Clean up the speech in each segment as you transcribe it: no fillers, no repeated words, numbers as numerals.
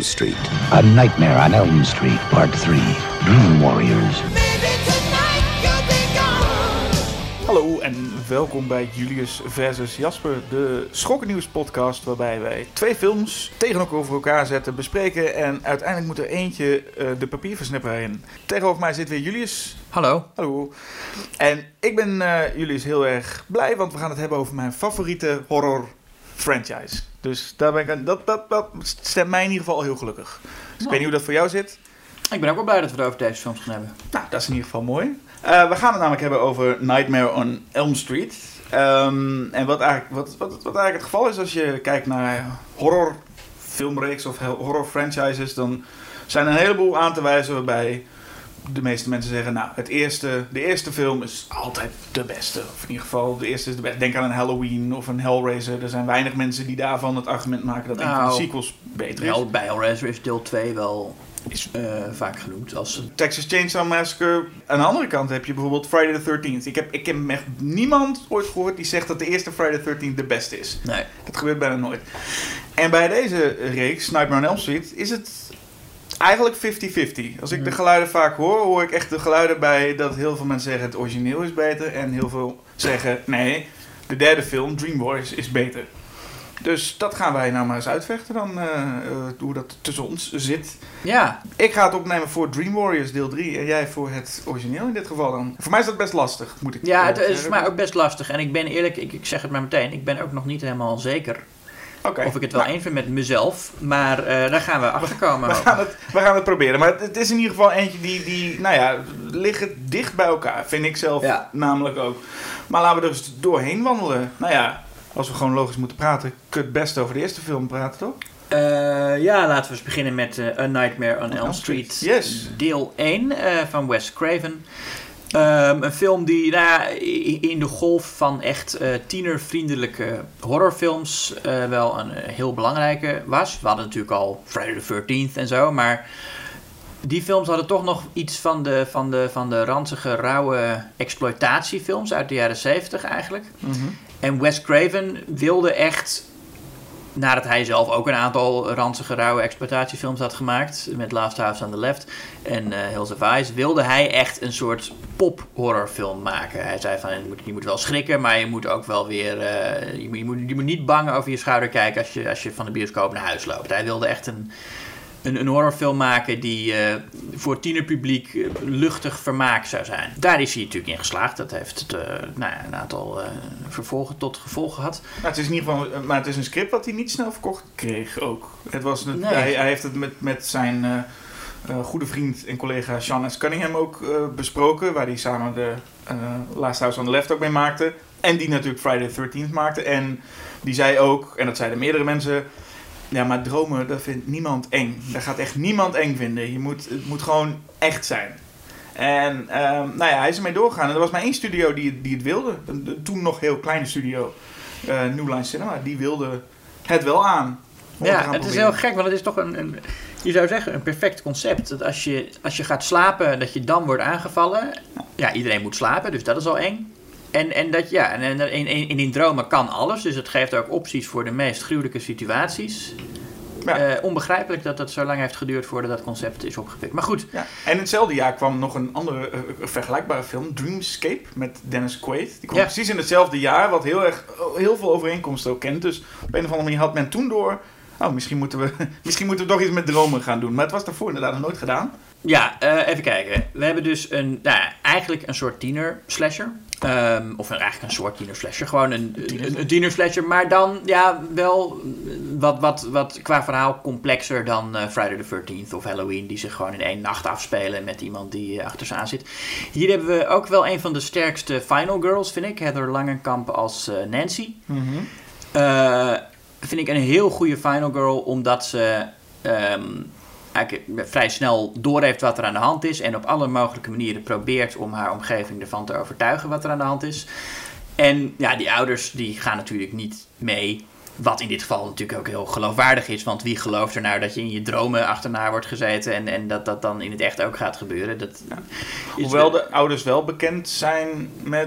Street. A Nightmare on Elm Street, Part 3. Dream Warriors. Hallo en welkom bij Julius versus Jasper, de Schokkennieuws podcast, waarbij wij 2 films tegenover elkaar zetten, bespreken en uiteindelijk moet er eentje de papierversnipper in. Tegenover mij zit weer Julius. Hallo. Hallo. En ik ben Julius heel erg blij, want we gaan het hebben over mijn favoriete horror franchise. Dus daar ben ik, dat stemt mij in ieder geval heel gelukkig. Dus ik weet niet hoe dat voor jou zit. Ik ben ook wel blij dat we het over deze films gaan hebben. Nou, dat is in ieder geval mooi. We gaan het namelijk hebben over Nightmare on Elm Street. En wat eigenlijk het geval is als je kijkt naar horror filmreeks of horror franchises, dan zijn er een heleboel aan te wijzen waarbij de meeste mensen zeggen, nou, de eerste film is altijd de beste. Of in ieder geval, de eerste is de beste. Denk aan een Halloween of een Hellraiser. Er zijn weinig mensen die daarvan het argument maken dat een van de sequels beter is. Bij Hellraiser is deel 2 wel vaak genoemd als Texas Chainsaw Massacre. Aan de andere kant heb je bijvoorbeeld Friday the 13th. Ik heb echt niemand ooit gehoord die zegt dat de eerste Friday the 13th de beste is. Nee. Dat gebeurt bijna nooit. En bij deze reeks, Nightmare on Elm Street, is het eigenlijk 50-50. Als ik de geluiden vaak hoor ik echt de geluiden bij dat heel veel mensen zeggen het origineel is beter. En heel veel zeggen nee, de derde film, Dream Warriors, is beter. Dus dat gaan wij nou maar eens uitvechten dan, hoe dat tussen ons zit. Ja. Ik ga het opnemen voor Dream Warriors deel 3 en jij voor het origineel in dit geval dan. Voor mij is dat best lastig, moet ik Ja, het is voor mij ook best lastig. En ik ben eerlijk, ik zeg het maar meteen, ik ben ook nog niet helemaal zeker of ik het wel eens vind met mezelf. Maar daar gaan we achter komen. We gaan het proberen. Maar het is in ieder geval eentje die nou ja, liggen dicht bij elkaar. Vind ik zelf namelijk ook. Maar laten we er dus doorheen wandelen. Nou ja, als we gewoon logisch moeten praten, kun je het best over de eerste film praten, toch? Ja, laten we eens beginnen met A Nightmare on Elm Street. Yes. Deel 1 van Wes Craven. Een film die in de golf van echt tienervriendelijke horrorfilms wel een heel belangrijke was. We hadden natuurlijk al Friday the 13th en zo, maar die films hadden toch nog iets van de ranzige, rauwe exploitatiefilms uit de jaren 70 eigenlijk. Mm-hmm. En Wes Craven wilde echt, nadat hij zelf ook een aantal ranzige, rauwe exploitatiefilms had gemaakt, met Last House on the Left en Hills of Ice, wilde hij echt een soort pop-horrorfilm maken. Hij zei van, je moet wel schrikken, maar je moet ook wel weer, je moet niet bang over je schouder kijken als je van de bioscoop naar huis loopt. Hij wilde echt een horrorfilm maken die voor tienerpubliek luchtig vermaak zou zijn. Daar is hij natuurlijk in geslaagd. Dat heeft een aantal vervolgen tot gevolg gehad. Nou, het is in ieder geval, maar het is een script wat hij niet snel verkocht kreeg ook. Het was hij heeft het met zijn goede vriend en collega Sean S. Cunningham ook besproken, waar hij samen de Last House on the Left ook mee maakte. En die natuurlijk Friday the 13th maakte. En die zei ook, en dat zeiden meerdere mensen, ja, maar dromen, dat vindt niemand eng. Dat gaat echt niemand eng vinden. Het moet gewoon echt zijn. En hij is ermee doorgegaan. En er was maar 1 studio die het wilde. Toen nog heel kleine studio. New Line Cinema. Die wilde het wel aan. Ja, het is heel gek. Want het is toch je zou zeggen, een perfect concept. Dat als je gaat slapen, dat je dan wordt aangevallen. Ja, iedereen moet slapen. Dus dat is al eng. En in dromen kan alles. Dus het geeft ook opties voor de meest gruwelijke situaties. Ja. Onbegrijpelijk dat het zo lang heeft geduurd voordat dat concept is opgepikt. Maar goed. Ja. En in hetzelfde jaar kwam nog een andere vergelijkbare film, Dreamscape, met Dennis Quaid. Die kwam precies in hetzelfde jaar, wat heel veel overeenkomsten ook kent. Dus op een of andere manier had men toen door, misschien moeten we toch iets met dromen gaan doen. Maar het was daarvoor inderdaad nog nooit gedaan. Ja, even kijken. We hebben dus eigenlijk een soort tiener-slasher. Eigenlijk een soort tiener-slasher. Gewoon een tiener-slasher. Maar dan wel wat qua verhaal complexer dan Friday the 13th of Halloween. Die zich gewoon in 1 nacht afspelen met iemand die achter ze aan zit. Hier hebben we ook wel een van de sterkste Final Girls, vind ik. Heather Langenkamp als Nancy. Mm-hmm. Vind ik een heel goede Final Girl, omdat ze eigenlijk vrij snel doorheeft wat er aan de hand is en op alle mogelijke manieren probeert om haar omgeving ervan te overtuigen wat er aan de hand is. En ja, die ouders die gaan natuurlijk niet mee, wat in dit geval natuurlijk ook heel geloofwaardig is, want wie gelooft er nou dat je in je dromen achterna wordt gezeten en dat dan in het echt ook gaat gebeuren? Hoewel de ouders wel bekend zijn met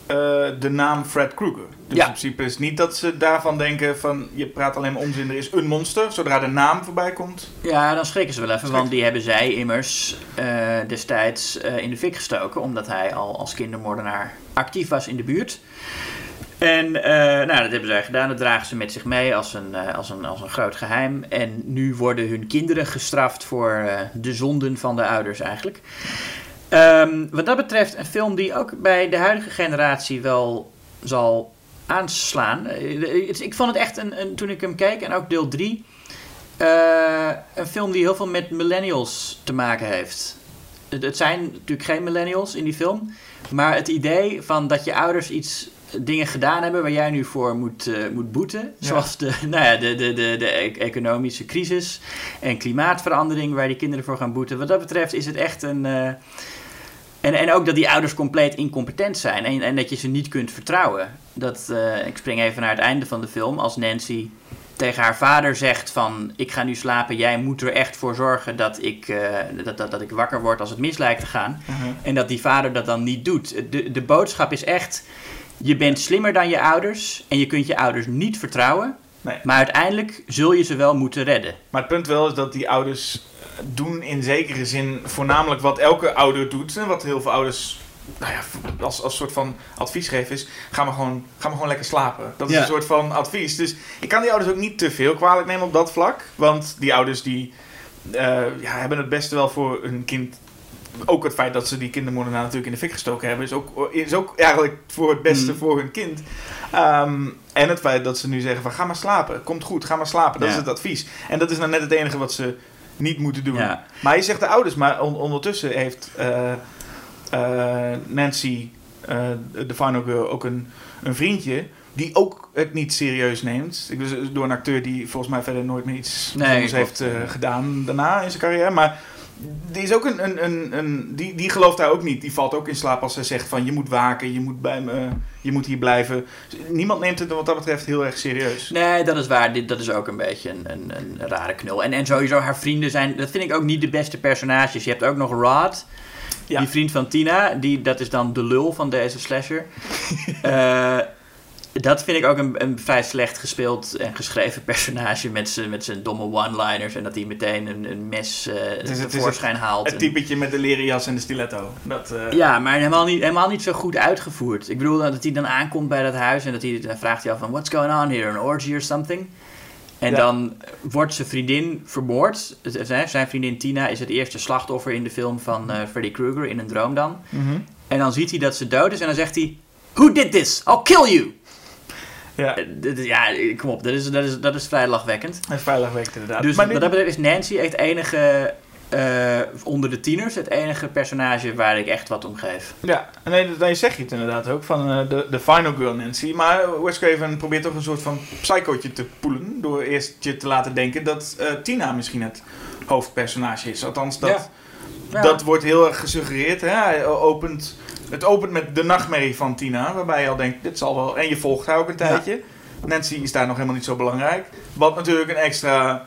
de naam Fred Krueger. Dus in principe is niet dat ze daarvan denken van je praat alleen maar onzin, er is een monster. Zodra de naam voorbij komt. Ja, dan schrikken ze wel even, want die hebben zij immers destijds in de fik gestoken, omdat hij al als kindermoordenaar actief was in de buurt. En dat hebben zij gedaan. Dat dragen ze met zich mee als een groot geheim. En nu worden hun kinderen gestraft voor de zonden van de ouders eigenlijk. Wat dat betreft een film die ook bij de huidige generatie wel zal aanslaan. Ik vond het echt, toen ik hem keek, en ook deel 3... een film die heel veel met millennials te maken heeft. Het zijn natuurlijk geen millennials in die film. Maar het idee van dat je ouders dingen gedaan hebben waar jij nu voor moet boeten. Ja. Zoals de economische crisis en klimaatverandering waar die kinderen voor gaan boeten. Wat dat betreft is het echt een... En ook dat die ouders compleet incompetent zijn en dat je ze niet kunt vertrouwen. Ik spring even naar het einde van de film. Als Nancy tegen haar vader zegt van... ik ga nu slapen, jij moet er echt voor zorgen dat ik wakker word als het mis lijkt te gaan. Uh-huh. En dat die vader dat dan niet doet. De boodschap is echt... je bent slimmer dan je ouders en je kunt je ouders niet vertrouwen. Nee. Maar uiteindelijk zul je ze wel moeten redden. Maar het punt wel is dat die ouders doen in zekere zin voornamelijk wat elke ouder doet. En wat heel veel ouders als soort van advies geven is... ga maar gewoon lekker slapen. Dat is een soort van advies. Dus ik kan die ouders ook niet te veel kwalijk nemen op dat vlak. Want die ouders die hebben het beste wel voor hun kind... Ook het feit dat ze die kindermoordenaar natuurlijk in de fik gestoken hebben... is ook eigenlijk voor het beste voor hun kind. En het feit dat ze nu zeggen van ga maar slapen. Komt goed, ga maar slapen. Dat is het advies. En dat is nou net het enige wat ze niet moeten doen. Ja. Maar je zegt de ouders, maar ondertussen heeft Nancy, de final girl, ook een vriendje... die ook het niet serieus neemt. Door een acteur die volgens mij verder nooit meer iets heeft gedaan daarna in zijn carrière. Maar... die is ook die gelooft daar ook niet. Die valt ook in slaap als zij zegt van je moet waken, je moet bij me, je moet hier blijven. Niemand neemt het wat dat betreft heel erg serieus. Nee, dat is waar. Dat is ook een beetje een rare knul. En sowieso haar vrienden zijn, dat vind ik ook niet de beste personages. Je hebt ook nog Rod, die vriend van Tina. Dat is dan de lul van deze slasher. Dat vind ik ook een vrij slecht gespeeld en geschreven personage met zijn domme one-liners en dat hij meteen een mes tevoorschijn haalt. Het typetje met de leren jas en de stiletto. Ja, maar helemaal niet zo goed uitgevoerd. Ik bedoel dat hij dan aankomt bij dat huis en dan vraagt hij af van what's going on here, an orgy or something? En dan wordt zijn vriendin vermoord. Zijn vriendin Tina is het eerste slachtoffer in de film van Freddy Krueger in een droom dan. Mm-hmm. En dan ziet hij dat ze dood is en dan zegt hij who did this? I'll kill you! Ja, kom op, dat is vrij lachwekkend. Dat is vrij lachwekkend, inderdaad. Dus wat dat betreft is Nancy het enige, onder de tieners, het enige personage waar ik echt wat om geef. Ja, en dan zeg je het inderdaad ook, van de final girl Nancy. Maar Wes Craven probeert toch een soort van psychootje te poelen, door eerst je te laten denken dat Tina misschien het hoofdpersonage is. Althans, dat wordt heel erg gesuggereerd. Hè? Het opent met de nachtmerrie van Tina, waarbij je al denkt, dit zal wel... En je volgt haar ook een tijdje. Ja. Nancy is daar nog helemaal niet zo belangrijk. Wat natuurlijk een extra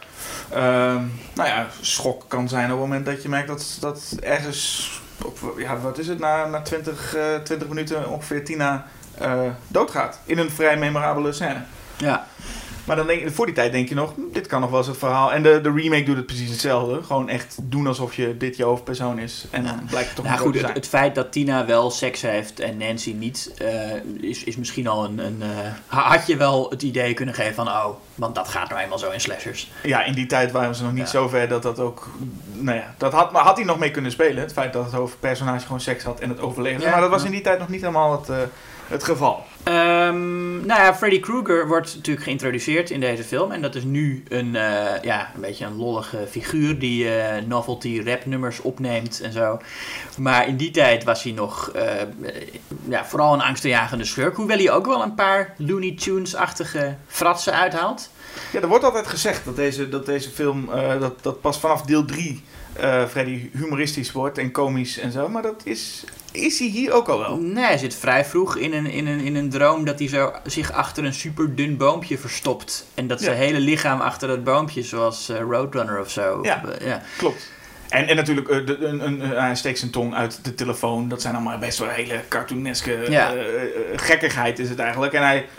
schok kan zijn op het moment dat je merkt dat ergens... wat is het? Na 20 minuten ongeveer Tina doodgaat. In een vrij memorabele scène. Ja. Maar dan voor die tijd denk je nog, dit kan nog wel eens het verhaal. En de remake doet het precies hetzelfde. Gewoon echt doen alsof dit je hoofdpersoon is. En dan blijkt het toch niet goed te zijn. Het feit dat Tina wel seks heeft en Nancy niet, is misschien al had je wel het idee kunnen geven van, want dat gaat nou eenmaal zo in slashers. Ja, in die tijd waren ze nog niet zo ver dat ook... dat had hij nog mee kunnen spelen. Het feit dat het hoofdpersonage gewoon seks had en het overleefde. Ja, maar dat was in die tijd nog niet helemaal het geval. Freddy Krueger wordt natuurlijk geïntroduceerd in deze film. En dat is nu een beetje een lollige figuur die novelty rapnummers opneemt en zo. Maar in die tijd was hij nog vooral een angstaanjagende schurk. Hoewel hij ook wel een paar Looney Tunes-achtige fratsen uithaalt. Ja, er wordt altijd gezegd dat deze film, dat pas vanaf deel 3 Freddy humoristisch wordt en komisch en zo. Maar dat is hij hier ook al wel? Nee, hij zit vrij vroeg in een droom dat hij zo zich achter een super dun boompje verstopt. En dat zijn hele lichaam achter dat boompje, zoals Roadrunner of zo. Ja, klopt. En natuurlijk, hij steekt zijn tong uit de telefoon. Dat zijn allemaal best wel hele cartooneske gekkigheid is het eigenlijk. En hij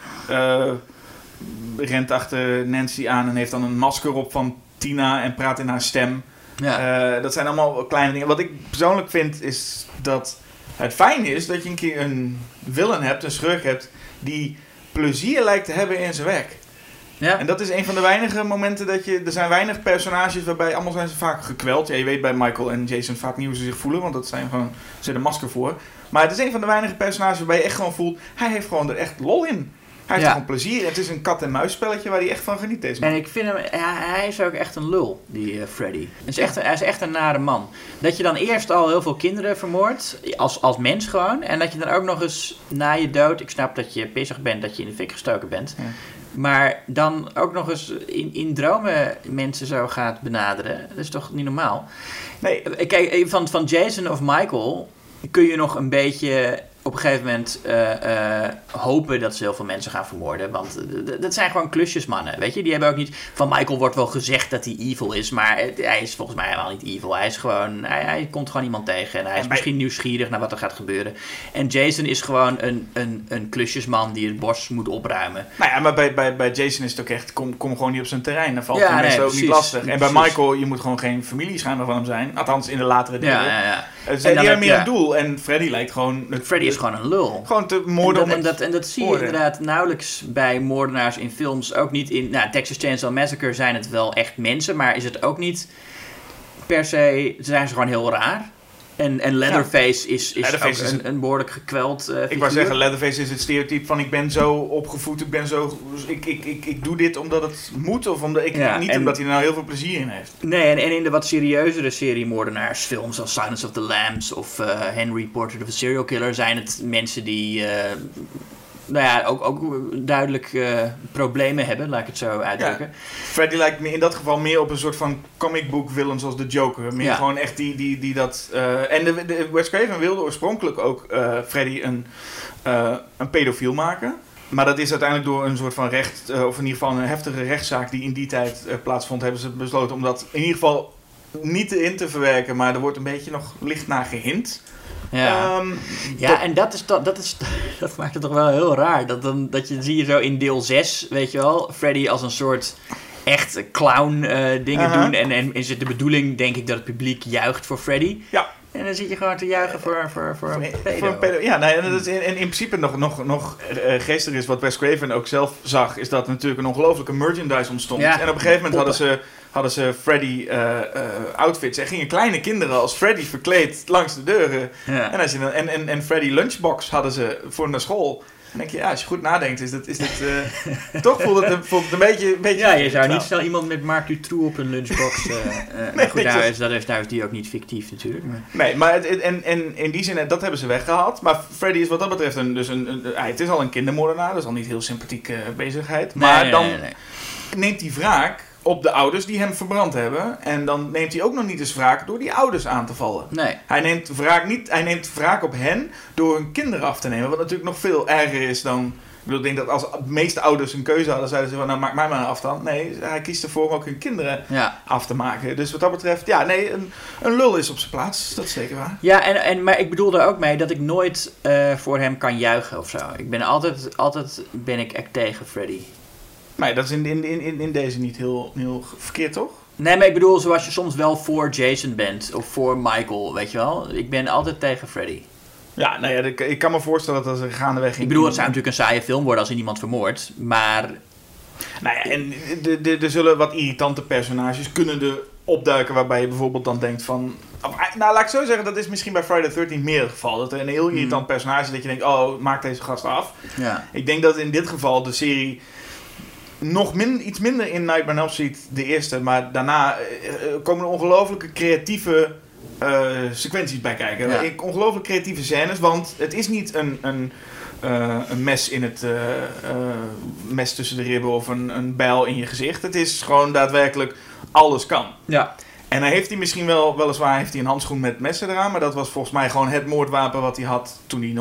rent achter Nancy aan en heeft dan een masker op van Tina en praat in haar stem. Ja. Dat zijn allemaal kleine dingen. Wat ik persoonlijk vind is dat het fijn is dat je een keer een villain hebt, een schurk hebt, die plezier lijkt te hebben in zijn werk. Ja. En dat is een van de weinige momenten dat er zijn weinig personages waarbij allemaal zijn ze vaak gekweld. Ja, je weet bij Michael en Jason vaak niet hoe ze zich voelen, want dat zijn gewoon, ze hebben een masker voor. Maar het is een van de weinige personages waarbij je echt gewoon voelt, hij heeft gewoon er echt lol in. Hij heeft gewoon plezier. Het is een kat-en-muis spelletje waar hij echt van geniet deze man. En ik vind hem, hij is ook echt een lul, die Freddy. Hij is echt een nare man. Dat je dan eerst al heel veel kinderen vermoordt, als mens gewoon. En dat je dan ook nog eens na je dood, ik snap dat je pissig bent, dat je in de fik gestoken bent. Ja. Maar dan ook nog eens in dromen mensen zo gaat benaderen. Dat is toch niet normaal? Nee. Kijk, van Jason of Michael kun je nog een beetje op een gegeven moment hopen dat ze heel veel mensen gaan vermoorden. Want dat zijn gewoon klusjesmannen, weet je. Die hebben ook niet... Van Michael wordt wel gezegd dat hij evil is, maar hij is volgens mij helemaal niet evil. Hij is gewoon... Hij komt gewoon iemand tegen en hij is misschien nieuwsgierig naar wat er gaat gebeuren. En Jason is gewoon een klusjesman die het bos moet opruimen. Nou ja, maar bij Jason is het ook echt... Kom gewoon niet op zijn terrein. Dan valt de mensen ook niet lastig. En bij Michael, je moet gewoon geen familieschuimer van hem zijn. Althans, in de latere delen. Ja. Die hebben meer een doel. En Freddy lijkt gewoon... Freddy is gewoon een lul. Gewoon te moorden. En dat zie je inderdaad nauwelijks bij moordenaars in films. Ook niet in... Texas Chainsaw Massacre zijn het wel echt mensen. Maar is het ook niet per se... Zijn ze gewoon heel raar. En Leatherface is een behoorlijk gekweld figuur. Ik wou zeggen, Leatherface is het stereotype van ik ben zo opgevoed, ik ben zo... Ik doe dit omdat het moet of omdat omdat hij er nou heel veel plezier in heeft. Nee, en in de wat serieuzere seriemoordenaarsfilms als Silence of the Lambs of Henry Portrait of a Serial Killer zijn het mensen die... ook duidelijk problemen hebben, laat ik het zo uitdrukken. Ja. Freddy lijkt me in dat geval meer op een soort van comic book villain zoals de Joker. Meer gewoon echt die dat... en Wes Craven wilde oorspronkelijk ook Freddy een pedofiel maken. Maar dat is uiteindelijk door een soort van recht, of in ieder geval een heftige rechtszaak die in die tijd plaatsvond, hebben ze besloten om dat in ieder geval niet in te verwerken. Maar er wordt een beetje nog licht naar gehint. Ja, en dat maakt het toch wel heel raar. Dat je zie je zo in deel 6, weet je wel, Freddy als een soort echt clown dingen doen. En is het de bedoeling, denk ik, dat het publiek juicht voor Freddy. Ja. En dan zit je gewoon te juichen voor een pedo. Ja, en dat is in principe nog geestiger is wat Wes Craven ook zelf zag, is dat natuurlijk een ongelofelijke merchandise ontstond. Ja, en op een gegeven moment hadden ze Freddy outfits. Er gingen kleine kinderen als Freddy verkleed langs de deuren. Ja. En Freddy lunchbox hadden ze voor naar school. Dan denk je, als je goed nadenkt, is dit toch voelt het een beetje... Ja, je zou niet snel iemand met Marc Dutroux op een lunchbox... nee, goed, nou is die ook niet fictief natuurlijk. Maar. Nee, maar en in die zin, dat hebben ze weggehaald. Maar Freddy is wat dat betreft het is al een kindermoordenaar, dat is al niet heel sympathieke bezigheid. Maar dan neemt hij wraak op de ouders die hem verbrand hebben. En dan neemt hij ook nog niet eens wraak door die ouders aan te vallen. Nee. Hij neemt wraak op hen door hun kinderen af te nemen. Wat natuurlijk nog veel erger is dan... Ik denk dat als de meeste ouders een keuze hadden, zeiden ze van, nou maak mij maar een afstand. Nee, hij kiest ervoor om ook hun kinderen af te maken. Dus wat dat betreft, een lul is op zijn plaats. Dat is zeker waar. Ja, maar ik bedoel er ook mee dat ik nooit voor hem kan juichen of zo. Ik ben altijd ben ik echt tegen Freddy. Nee, dat is in deze niet heel verkeerd, toch? Nee, maar ik bedoel, zoals je soms wel voor Jason bent of voor Michael, weet je wel. Ik ben altijd tegen Freddy. Ja, nou ja, ik kan me voorstellen dat als er gaandeweg... Ik bedoel, het zou natuurlijk een saaie film worden als er iemand vermoordt, maar... Nou ja, en er zullen wat irritante personages kunnen er opduiken waarbij je bijvoorbeeld dan denkt van... Nou, laat ik zo zeggen, dat is misschien bij Friday the 13th meer het geval. Dat er een heel irritant personage dat je denkt, oh, maak deze gast af. Ja. Ik denk dat in dit geval de serie... iets minder in Nightmare on Elm Street, de eerste, maar daarna komen er ongelooflijke creatieve sequenties bij kijken. Ja. Ongelooflijk creatieve scènes, want het is niet een mes in het mes tussen de ribben of een bijl in je gezicht. Het is gewoon daadwerkelijk alles kan. Ja. En dan heeft hij misschien weliswaar een handschoen met messen eraan, maar dat was volgens mij gewoon het moordwapen wat hij had toen hij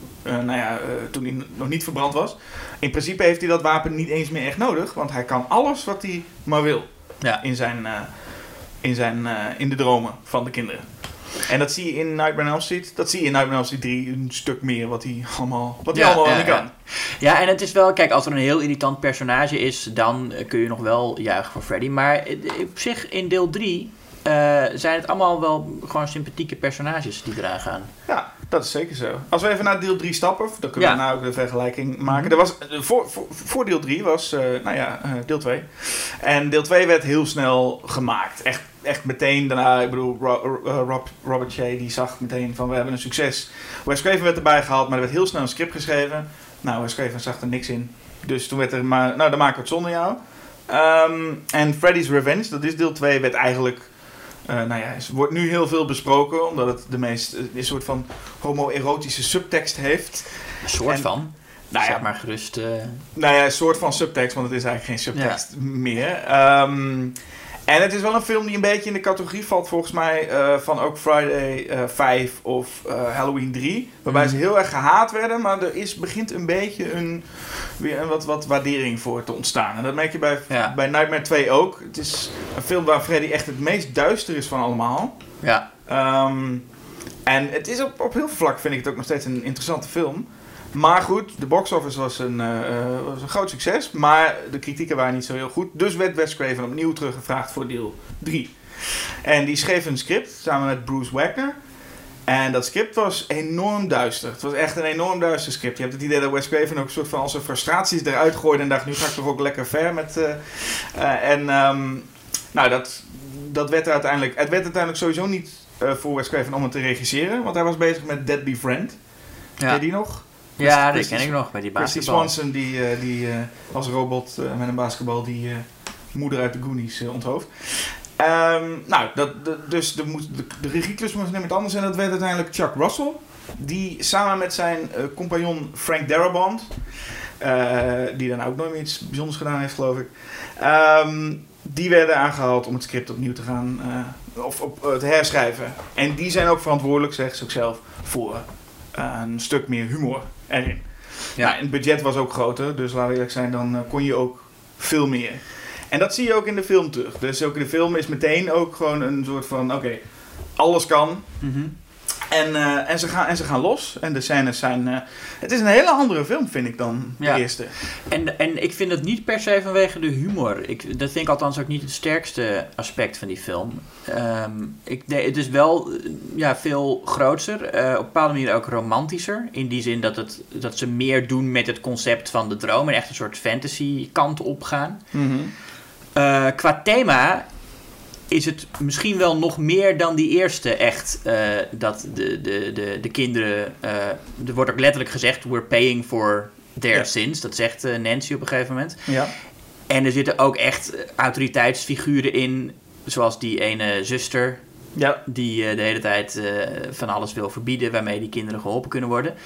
nog niet verbrand was. In principe heeft hij dat wapen niet eens meer echt nodig, want hij kan alles wat hij maar wil in zijn in de dromen van de kinderen. En dat zie je in Nightmare on Elm Street. Dat zie je in Nightmare on Elm Street 3 een stuk meer wat hij allemaal niet kan. Ja, en het is wel... Kijk, als er een heel irritant personage is, dan kun je nog wel juichen voor Freddy. Maar op zich, in deel 3 zijn het allemaal wel gewoon sympathieke personages die eraan gaan. Ja, dat is zeker zo. Als we even naar deel 3 stappen, dan kunnen we nou ook de vergelijking maken. Er was, voor deel 3 was deel 2. En deel 2 werd heel snel gemaakt. Echt meteen daarna, ik bedoel, Robert J. die zag meteen van we hebben een succes. Wes Craven werd erbij gehaald, maar er werd heel snel een script geschreven. Nou, Wes Craven zag er niks in. Dus toen werd er maar, dan maken we het zonder jou. En Freddy's Revenge, dat is deel 2, werd eigenlijk... wordt nu heel veel besproken, omdat het een soort van homoerotische subtekst heeft. Een soort van? Nou ja, maar gerust... een soort van subtekst, want het is eigenlijk geen subtekst meer. En het is wel een film die een beetje in de categorie valt, volgens mij, van ook Friday 5 of Halloween 3. Waarbij ze heel erg gehaat werden, maar er begint een beetje weer wat waardering voor te ontstaan. En dat merk je bij Nightmare 2 ook. Het is een film waar Freddy echt het meest duister is van allemaal. Ja. En het is op heel veel vlak, vind ik het ook nog steeds een interessante film. Maar goed, de box office was een groot succes. Maar de kritieken waren niet zo heel goed. Dus werd Wes Craven opnieuw teruggevraagd voor deel 3. En die schreef een script samen met Bruce Wagner. En dat script was enorm duister. Het was echt een enorm duister script. Je hebt het idee dat Wes Craven ook een soort van al zijn frustraties eruit gooide. En dacht, nu ga ik toch ook lekker ver met... dat werd uiteindelijk... Het werd uiteindelijk sowieso niet voor Wes Craven om het te regisseren. Want hij was bezig met Deadly Friend. Ken je die nog? Ja, dat ken ik nog, bij die basketbal. Christy Swanson, die als robot met een basketbal die moeder uit de Goonies onthoofd. Dus de regieklus moest iemand anders en dat werd uiteindelijk Chuck Russell. Die samen met zijn compagnon Frank Darabont, die dan ook nooit meer iets bijzonders gedaan heeft, geloof ik. Die werden aangehaald om het script opnieuw te gaan, te herschrijven. En die zijn ook verantwoordelijk, zeggen ze ook zelf, voor een stuk meer humor erin. Ja. Nou, het budget was ook groter, dus laten we eerlijk zijn, dan kon je ook veel meer. En dat zie je ook in de film terug. Dus ook in de film is meteen ook gewoon een soort van, oké, alles kan. Mm-hmm. En ze gaan los. En de scènes zijn... het is een hele andere film, vind ik, dan de eerste. En ik vind het niet per se vanwege de humor. Dat vind ik althans ook niet het sterkste aspect van die film. Het is wel veel groter. Op een bepaalde manier ook romantischer. In die zin dat ze meer doen met het concept van de droom. En echt een soort fantasy kant opgaan. Mm-hmm. Qua thema... is het misschien wel nog meer dan die eerste echt dat de kinderen... er wordt ook letterlijk gezegd... we're paying for their sins. Dat zegt Nancy op een gegeven moment. Ja. En er zitten ook echt autoriteitsfiguren in... zoals die ene zuster... Ja. Die de hele tijd van alles wil verbieden... waarmee die kinderen geholpen kunnen worden.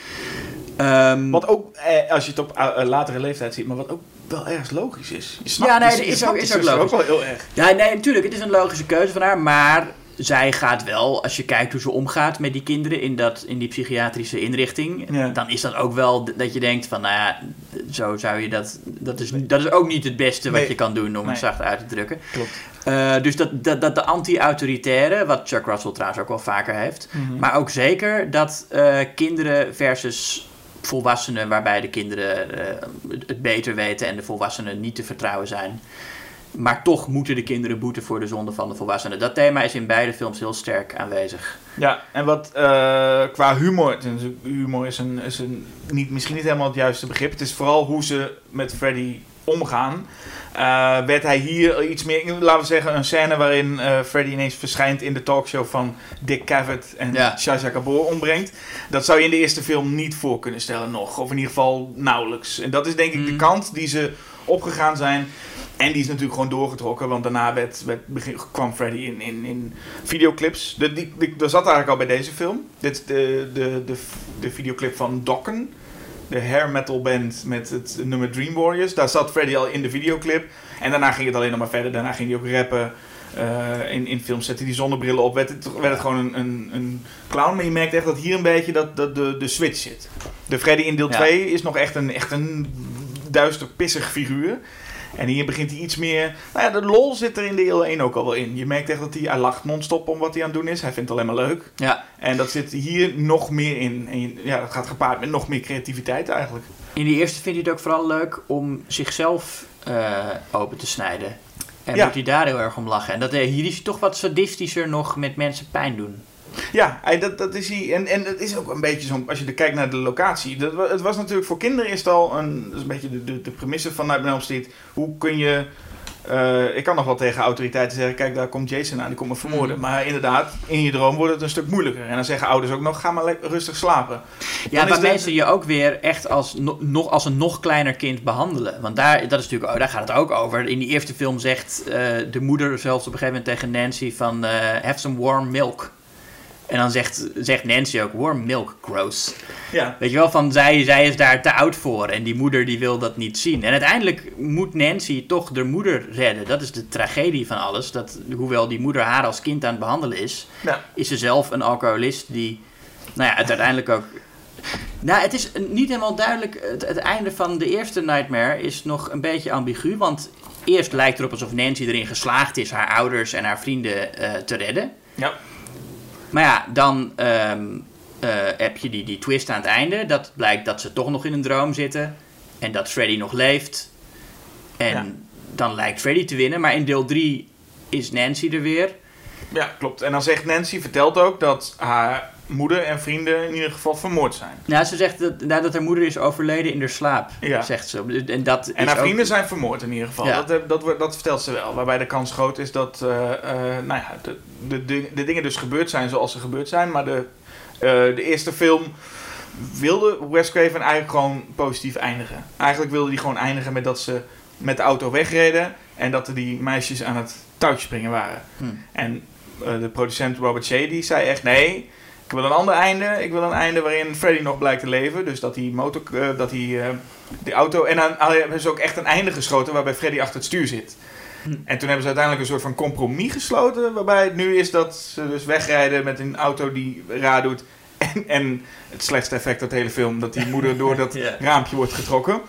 Wat ook, als je het op latere leeftijd ziet... maar wat ook wel ergens logisch is. Je snapt, dat is ook logisch. Ook wel heel erg. Ja, nee, natuurlijk. Het is een logische keuze van haar. Maar zij gaat wel, als je kijkt hoe ze omgaat met die kinderen... in die psychiatrische inrichting... Ja. Dan is dat ook wel dat je denkt van... nou ja, zo zou je dat is ook niet het beste wat je kan doen... om het zacht uit te drukken. Klopt. Dus dat de anti-autoritaire... wat Chuck Russell trouwens ook wel vaker heeft... Mm-hmm. maar ook zeker dat kinderen versus... volwassenen waarbij de kinderen het beter weten en de volwassenen niet te vertrouwen zijn. Maar toch moeten de kinderen boeten voor de zonde van de volwassenen. Dat thema is in beide films heel sterk aanwezig. Ja, en wat qua humor... Humor is misschien niet helemaal het juiste begrip. Het is vooral hoe ze met Freddy omgaan. Werd hij hier iets meer... Laten we zeggen een scène waarin Freddy ineens verschijnt in de talkshow van Dick Cavett en Zsa Gabor ombrengt. Dat zou je in de eerste film niet voor kunnen stellen nog. Of in ieder geval nauwelijks. En dat is denk ik de kant die ze opgegaan zijn. En die is natuurlijk gewoon doorgetrokken. Want daarna kwam Freddy in videoclips. Dat zat eigenlijk al bij deze film. Dit is de videoclip van Dokken. De hair metal band met het nummer Dream Warriors. Daar zat Freddy al in de videoclip. En daarna ging het alleen nog maar verder. Daarna ging hij ook rappen. In films zette hij die zonnebrillen op. Werd het gewoon een clown. Maar je merkt echt dat hier een beetje de switch zit. De Freddy in deel 2 is nog echt een duister, pissig figuur. En hier begint hij iets meer... Nou ja, de lol zit er in deel 1 ook al wel in. Je merkt echt dat hij lacht non-stop om wat hij aan het doen is. Hij vindt het alleen maar leuk. Ja. En dat zit hier nog meer in. En dat gaat gepaard met nog meer creativiteit eigenlijk. In die eerste vindt hij het ook vooral leuk om zichzelf open te snijden. En moet hij daar heel erg om lachen. En hier is hij toch wat sadistischer nog met mensen pijn doen. Ja, dat is hij. En het is ook een beetje zo, als je kijkt naar de locatie. Het was natuurlijk voor kinderen is het al dat is een beetje de premisse van Nightmare on Elm Street. Hoe kun je... ik kan nog wel tegen autoriteiten zeggen, kijk, daar komt Jason aan, die komt me vermoorden. Maar inderdaad, in je droom wordt het een stuk moeilijker. En dan zeggen ouders ook nog, ga maar rustig slapen. Ja, maar mensen je ook weer echt als een nog kleiner kind behandelen. Want daar gaat het ook over. In die eerste film zegt de moeder zelfs op een gegeven moment tegen Nancy van, have some warm milk. En dan zegt Nancy ook, warm milk, gross. Ja. Weet je wel, van zij is daar te oud voor. En die moeder die wil dat niet zien. En uiteindelijk moet Nancy toch de moeder redden. Dat is de tragedie van alles. Dat, hoewel die moeder haar als kind aan het behandelen is ze zelf een alcoholist die, het uiteindelijk ook... Nou, het is niet helemaal duidelijk. Het einde van de eerste Nightmare is nog een beetje ambigu. Want eerst lijkt erop alsof Nancy erin geslaagd is haar ouders en haar vrienden te redden. Ja. Maar ja, dan heb je die twist aan het einde. Dat blijkt dat ze toch nog in een droom zitten. En dat Freddy nog leeft. En dan lijkt Freddy te winnen. Maar in deel 3 is Nancy er weer. Ja, klopt. En dan zegt Nancy, vertelt ook dat haar moeder en vrienden in ieder geval vermoord zijn. Ja, ze zegt dat haar moeder is overleden in haar slaap, zegt ze. En haar vrienden zijn vermoord in ieder geval. Ja. Dat vertelt ze wel. Waarbij de kans groot is dat de dingen dus gebeurd zijn zoals ze gebeurd zijn. Maar de eerste film wilde Wes Craven eigenlijk gewoon positief eindigen. Eigenlijk wilde hij gewoon eindigen met dat ze met de auto wegreden en dat er die meisjes aan het touwtje springen waren. En de producent Robert Shea die zei echt nee, ik wil een ander einde. Ik wil een einde waarin Freddy nog blijkt te leven. Dus dat die auto... En dan hebben ze ook echt een einde geschoten waarbij Freddy achter het stuur zit. En toen hebben ze uiteindelijk een soort van compromis gesloten. Waarbij het nu is dat ze dus wegrijden met een auto die raar doet. En het slechtste effect uit de hele film. Dat die moeder door dat raampje wordt getrokken.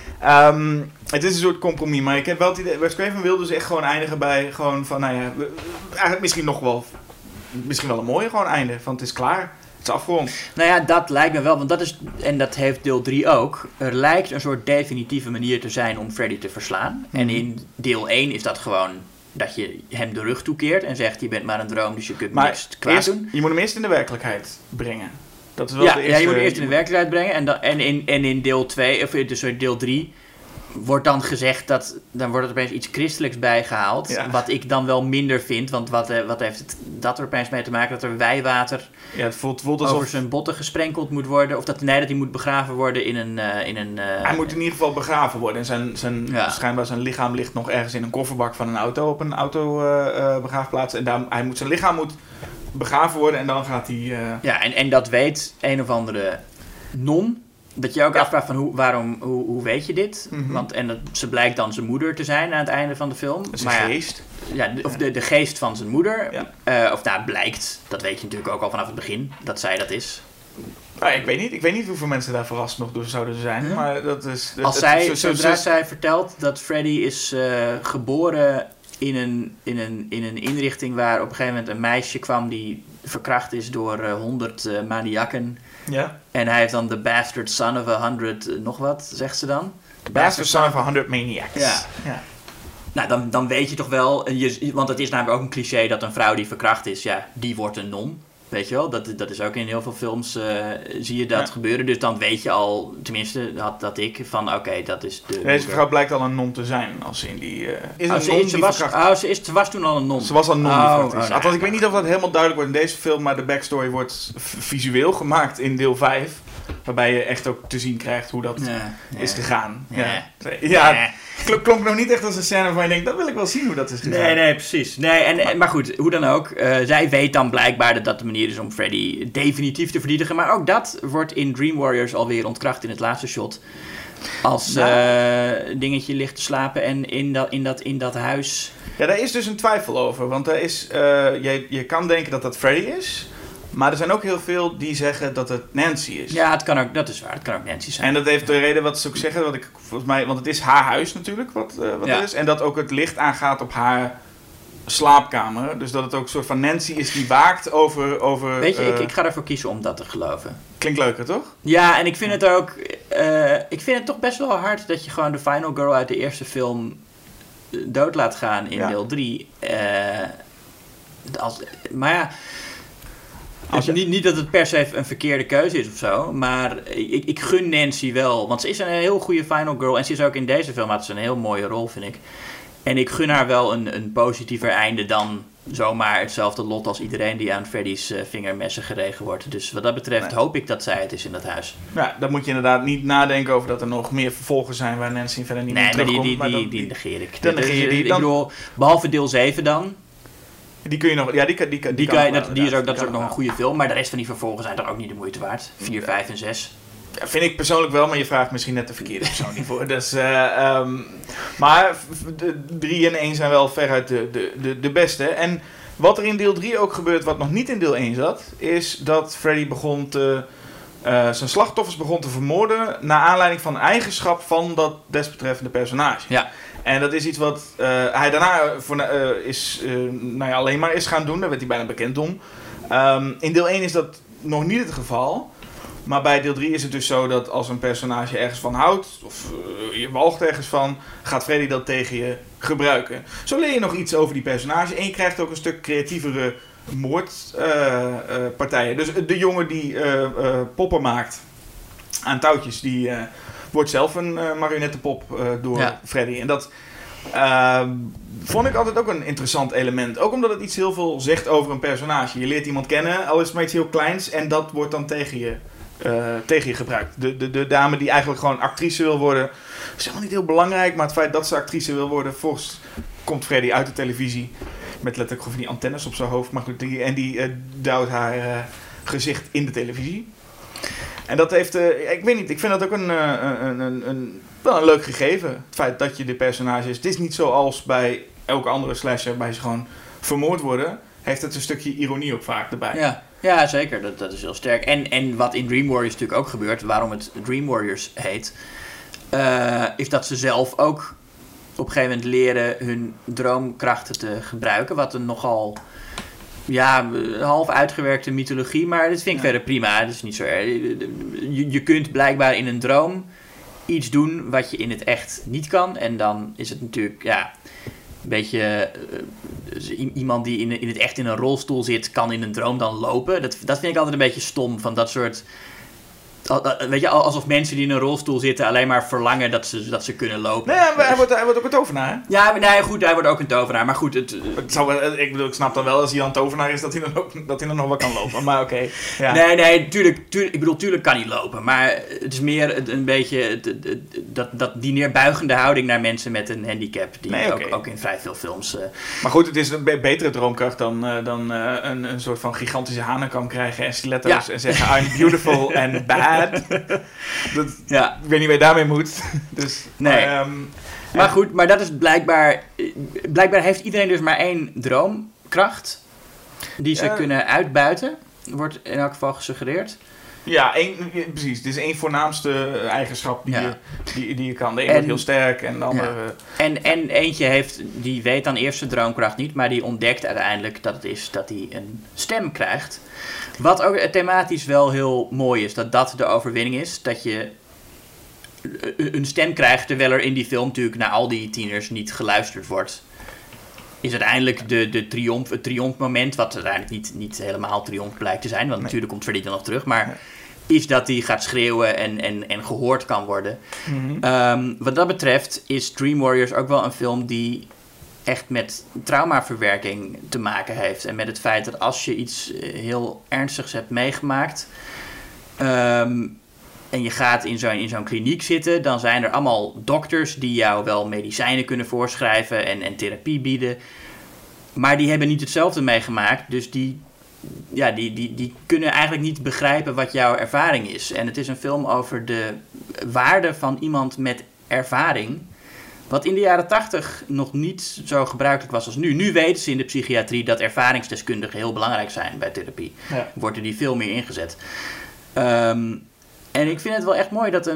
Het is een soort compromis. Maar ik heb wel het idee... Wes Craven wil dus echt gewoon eindigen bij gewoon van... eigenlijk misschien wel een mooie gewoon einde. Van het is klaar. Het is afgerond. Nou ja, dat lijkt me wel. Want dat is... En dat heeft deel 3 ook. Er lijkt een soort definitieve manier te zijn om Freddy te verslaan. En in deel 1 is dat gewoon... dat je hem de rug toekeert en zegt... je bent maar een droom, dus je kunt niks kwaad doen. Je moet hem eerst in de werkelijkheid brengen. Dat is wel de eerste... Ja, je moet hem eerst in de werkelijkheid brengen. En in deel 2, of dus deel 3... wordt dan gezegd dat... dan wordt er opeens iets christelijks bijgehaald. Ja. Wat ik dan wel minder vind. Want wat heeft dat er opeens mee te maken? Dat er wijwater het voelt over zijn botten gesprenkeld moet worden. Of dat hij moet begraven worden in een... Hij moet in ieder geval begraven worden. En schijnbaar zijn lichaam ligt nog ergens in een kofferbak van een auto. Op een autobegraafplaats. En zijn lichaam moet begraven worden. En dan gaat hij... Ja, en dat weet een of andere non... Dat je ook afvraagt van hoe weet je dit? Mm-hmm. Want ze blijkt dan zijn moeder te zijn aan het einde van de film. Zijn geest. Of de geest van zijn moeder. Ja. Blijkt. Dat weet je natuurlijk ook al vanaf het begin. Dat zij dat is. Ik weet niet hoeveel mensen daar verrast nog door zouden zijn. Ja. Maar dat is... Zodra zij vertelt dat Freddy is geboren in een inrichting waar op een gegeven moment een meisje kwam die verkracht is door 100 maniakken. Ja. En hij heeft dan de bastard son of 100 nog wat, zegt ze dan? The bastard son of 100 maniacs. Ja. Nou, dan weet je toch wel... want het is namelijk ook een cliché dat een vrouw die verkracht is... die wordt een non. Weet je wel? Dat is ook in heel veel films... zie je dat gebeuren. Dus dan weet je al... Tenminste, had ik van... Oké, dat is de... Deze vrouw blijkt al een non te zijn. Als ze in die... Ze was toen al een non. Ze was al een non. Althans, ik weet niet of dat helemaal duidelijk wordt in deze film... Maar de backstory wordt visueel gemaakt in deel 5... Waarbij je echt ook te zien krijgt hoe dat is gegaan. Klonk nog niet echt als een scène waarvan je denkt... dat wil ik wel zien hoe dat is gegaan. Nee, precies. Maar goed, hoe dan ook. Zij weet dan blijkbaar dat dat de manier is om Freddy definitief te verdedigen. Maar ook dat wordt in Dream Warriors alweer ontkracht in het laatste shot. Als dingetje ligt te slapen en in dat huis... Ja, daar is dus een twijfel over. Want je kan denken dat dat Freddy is... Maar er zijn ook heel veel die zeggen dat het Nancy is. Ja, dat is waar. Het kan ook Nancy zijn. En dat heeft de reden wat ze ook zeggen, wat ik volgens mij, want het is haar huis natuurlijk, wat het is. En dat ook het licht aangaat op haar slaapkamer. Dus dat het ook een soort van Nancy is die waakt over... Weet je, ik ga ervoor kiezen om dat te geloven. Klinkt leuker, toch? Ja, en ik vind het ook... ik vind het toch best wel hard dat je gewoon de final girl uit de eerste film dood laat gaan in deel 3. Maar ja... Niet dat het per se een verkeerde keuze is of zo, maar ik gun Nancy wel. Want ze is een heel goede final girl en ze is ook in deze film, had ze een heel mooie rol, vind ik. En ik gun haar wel een positiever einde dan zomaar hetzelfde lot als iedereen die aan Freddy's vingermessen geregen wordt. Dus wat dat betreft hoop ik dat zij het is in dat huis. Ja, dan moet je inderdaad niet nadenken over dat er nog meer vervolgen zijn waar Nancy verder niet meer terugkomt. Nee, die negeer ik. Dan negeer je die. Ik bedoel, behalve deel 7 dan... Die kun je nog... Ja, dat is ook nog een goede film, maar de rest van die vervolgen zijn toch ook niet de moeite waard. 4, 5 en 6. Ja, vind ik persoonlijk wel, maar je vraagt misschien net de verkeerde persoon niet voor. Dus, maar 3 en 1 zijn wel veruit de beste. En wat er in deel 3 ook gebeurt, wat nog niet in deel 1 zat, is dat Freddy zijn slachtoffers begon te vermoorden naar aanleiding van een eigenschap van dat desbetreffende personage. Ja. En dat is iets wat hij daarna alleen maar is gaan doen. Daar werd hij bijna bekend om. In deel 1 is dat nog niet het geval. Maar bij deel 3 is het dus zo dat als een personage ergens van houdt, of je walgt ergens van, gaat Freddy dat tegen je gebruiken. Zo leer je nog iets over die personage en je krijgt ook een stuk creatievere moordpartijen. Dus de jongen die poppen maakt aan touwtjes, die wordt zelf een marionettenpop door Freddy. En dat vond ik altijd ook een interessant element. Ook omdat het iets heel veel zegt over een personage. Je leert iemand kennen, al is het maar iets heel kleins, en dat wordt dan tegen je gebruikt. De dame die eigenlijk gewoon actrice wil worden, is helemaal niet heel belangrijk, maar het feit dat ze actrice wil worden, volgens komt Freddy uit de televisie met letterlijk gewoon die antennes op zijn hoofd, maar goed, die duwt haar gezicht in de televisie. En dat heeft, ik weet niet, ik vind dat ook wel een leuk gegeven. Het feit dat je de personage is. Het is niet zoals bij elke andere slasher, bij ze gewoon vermoord worden, heeft het een stukje ironie ook vaak erbij. Ja, zeker. Dat is heel sterk. En wat in Dream Warriors natuurlijk ook gebeurt, waarom het Dream Warriors heet, is dat ze zelf ook op een gegeven moment leren hun droomkrachten te gebruiken. Wat een nogal half uitgewerkte mythologie, maar dat vind ik verder prima. Dat is niet zo erg. Je kunt blijkbaar in een droom iets doen wat je in het echt niet kan. En dan is het natuurlijk een beetje iemand die in het echt in een rolstoel zit, kan in een droom dan lopen. Dat vind ik altijd een beetje stom, van dat soort... Weet je, alsof mensen die in een rolstoel zitten alleen maar verlangen dat ze kunnen lopen. Nee, hij wordt ook een tovenaar. Ja, nee, goed, hij wordt ook een tovenaar. Maar goed, ik snap dan wel als hij dan een tovenaar is dat hij dan nog wel kan lopen. Maar oké. Ja. Nee, tuurlijk kan hij lopen. Maar het is meer een beetje die neerbuigende houding naar mensen met een handicap. Die ook in vrij veel films... Maar goed, het is een betere droomkracht dan een soort van gigantische hanenkam krijgen en stiletto's en zeggen I'm beautiful and bad. Ik weet niet waar je daarmee moet. Dus, nee. Maar goed, maar dat is blijkbaar heeft iedereen dus maar 1 droomkracht die ze kunnen uitbuiten. Wordt in elk geval gesuggereerd. Ja, precies. Het is 1 voornaamste eigenschap die je kan. De een wordt heel sterk en de andere... En eentje die weet dan eerst zijn droomkracht niet, maar die ontdekt uiteindelijk dat het is dat hij een stem krijgt. Wat ook thematisch wel heel mooi is, dat de overwinning is. Dat je een stem krijgt, terwijl er in die film natuurlijk naar al die tieners niet geluisterd wordt. Is uiteindelijk het triomfmoment, wat uiteindelijk niet helemaal triomf blijkt te zijn, want natuurlijk komt Freddy dan nog terug, maar is dat hij gaat schreeuwen en gehoord kan worden. Mm-hmm. Wat dat betreft is Dream Warriors ook wel een film die echt met traumaverwerking te maken heeft. En met het feit dat als je iets heel ernstigs hebt meegemaakt, en je gaat in zo'n kliniek zitten, dan zijn er allemaal dokters die jou wel medicijnen kunnen voorschrijven en therapie bieden. Maar die hebben niet hetzelfde meegemaakt, dus die kunnen eigenlijk niet begrijpen wat jouw ervaring is. En het is een film over de waarde van iemand met ervaring, Wat in de jaren 80 nog niet zo gebruikelijk was als nu. Nu weten ze in de psychiatrie dat ervaringsdeskundigen heel belangrijk zijn bij therapie. Ja. Worden die veel meer ingezet. En ik vind het wel echt mooi dat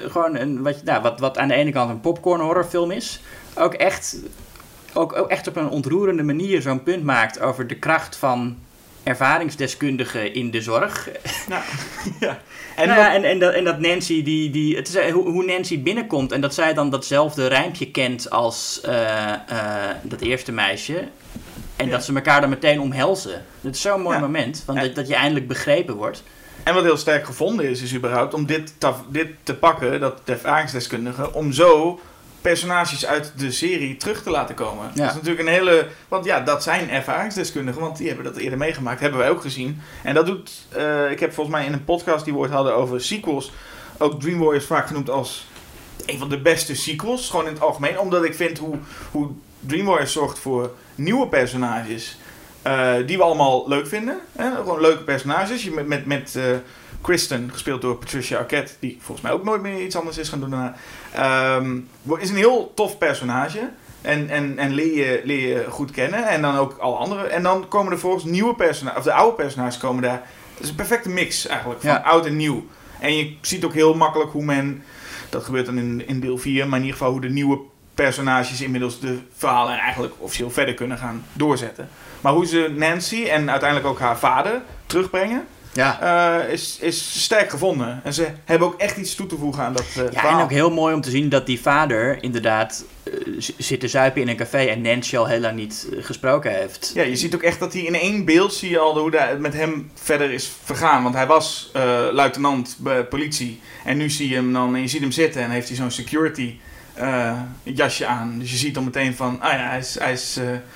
wat aan de ene kant een popcorn horrorfilm is, ook echt op een ontroerende manier zo'n punt maakt over de kracht van ervaringsdeskundigen in de zorg. Ja. Ja. En dat Nancy, het is hoe Nancy binnenkomt en dat zij dan datzelfde rijmpje kent als dat eerste meisje. En dat ze elkaar dan meteen omhelzen. Dat is zo'n mooi moment, want dat je eindelijk begrepen wordt. En wat heel sterk gevonden is überhaupt om dit te pakken, dat de ervaringsdeskundige, om zo personages uit de serie terug te laten komen. Ja. Dat is natuurlijk een hele... Want ja, dat zijn ervaringsdeskundigen, want die hebben dat eerder meegemaakt. Hebben wij ook gezien. En dat doet... ik heb volgens mij in een podcast die we ooit hadden over sequels, ook Dream Warriors vaak genoemd als een van de beste sequels. Gewoon in het algemeen. Omdat ik vind hoe Dream Warriors zorgt voor nieuwe personages die we allemaal leuk vinden. Gewoon leuke personages. Met Kristen, gespeeld door Patricia Arquette, die volgens mij ook nooit meer iets anders is gaan doen daarna. Is een heel tof personage. En leer je goed kennen. En dan ook alle andere. En dan komen er volgens nieuwe personages, of de oude personages komen daar. Het is een perfecte mix eigenlijk, van oud en nieuw. En je ziet ook heel makkelijk hoe men, dat gebeurt dan in deel 4, maar in ieder geval hoe de nieuwe personages inmiddels de verhalen eigenlijk officieel verder kunnen gaan doorzetten. Maar hoe ze Nancy en uiteindelijk ook haar vader terugbrengen, is sterk gevonden. En ze hebben ook echt iets toe te voegen aan dat verhaal. En ook heel mooi om te zien dat die vader inderdaad zit te zuipen in een café en Nancy al heel lang niet gesproken heeft. Ja, je ziet ook echt dat hij in één beeld zie je al hoe dat met hem verder is vergaan. Want hij was luitenant bij politie. En nu zie je hem dan, en je ziet hem zitten en heeft hij zo'n security jasje aan. Dus je ziet dan meteen van, hij is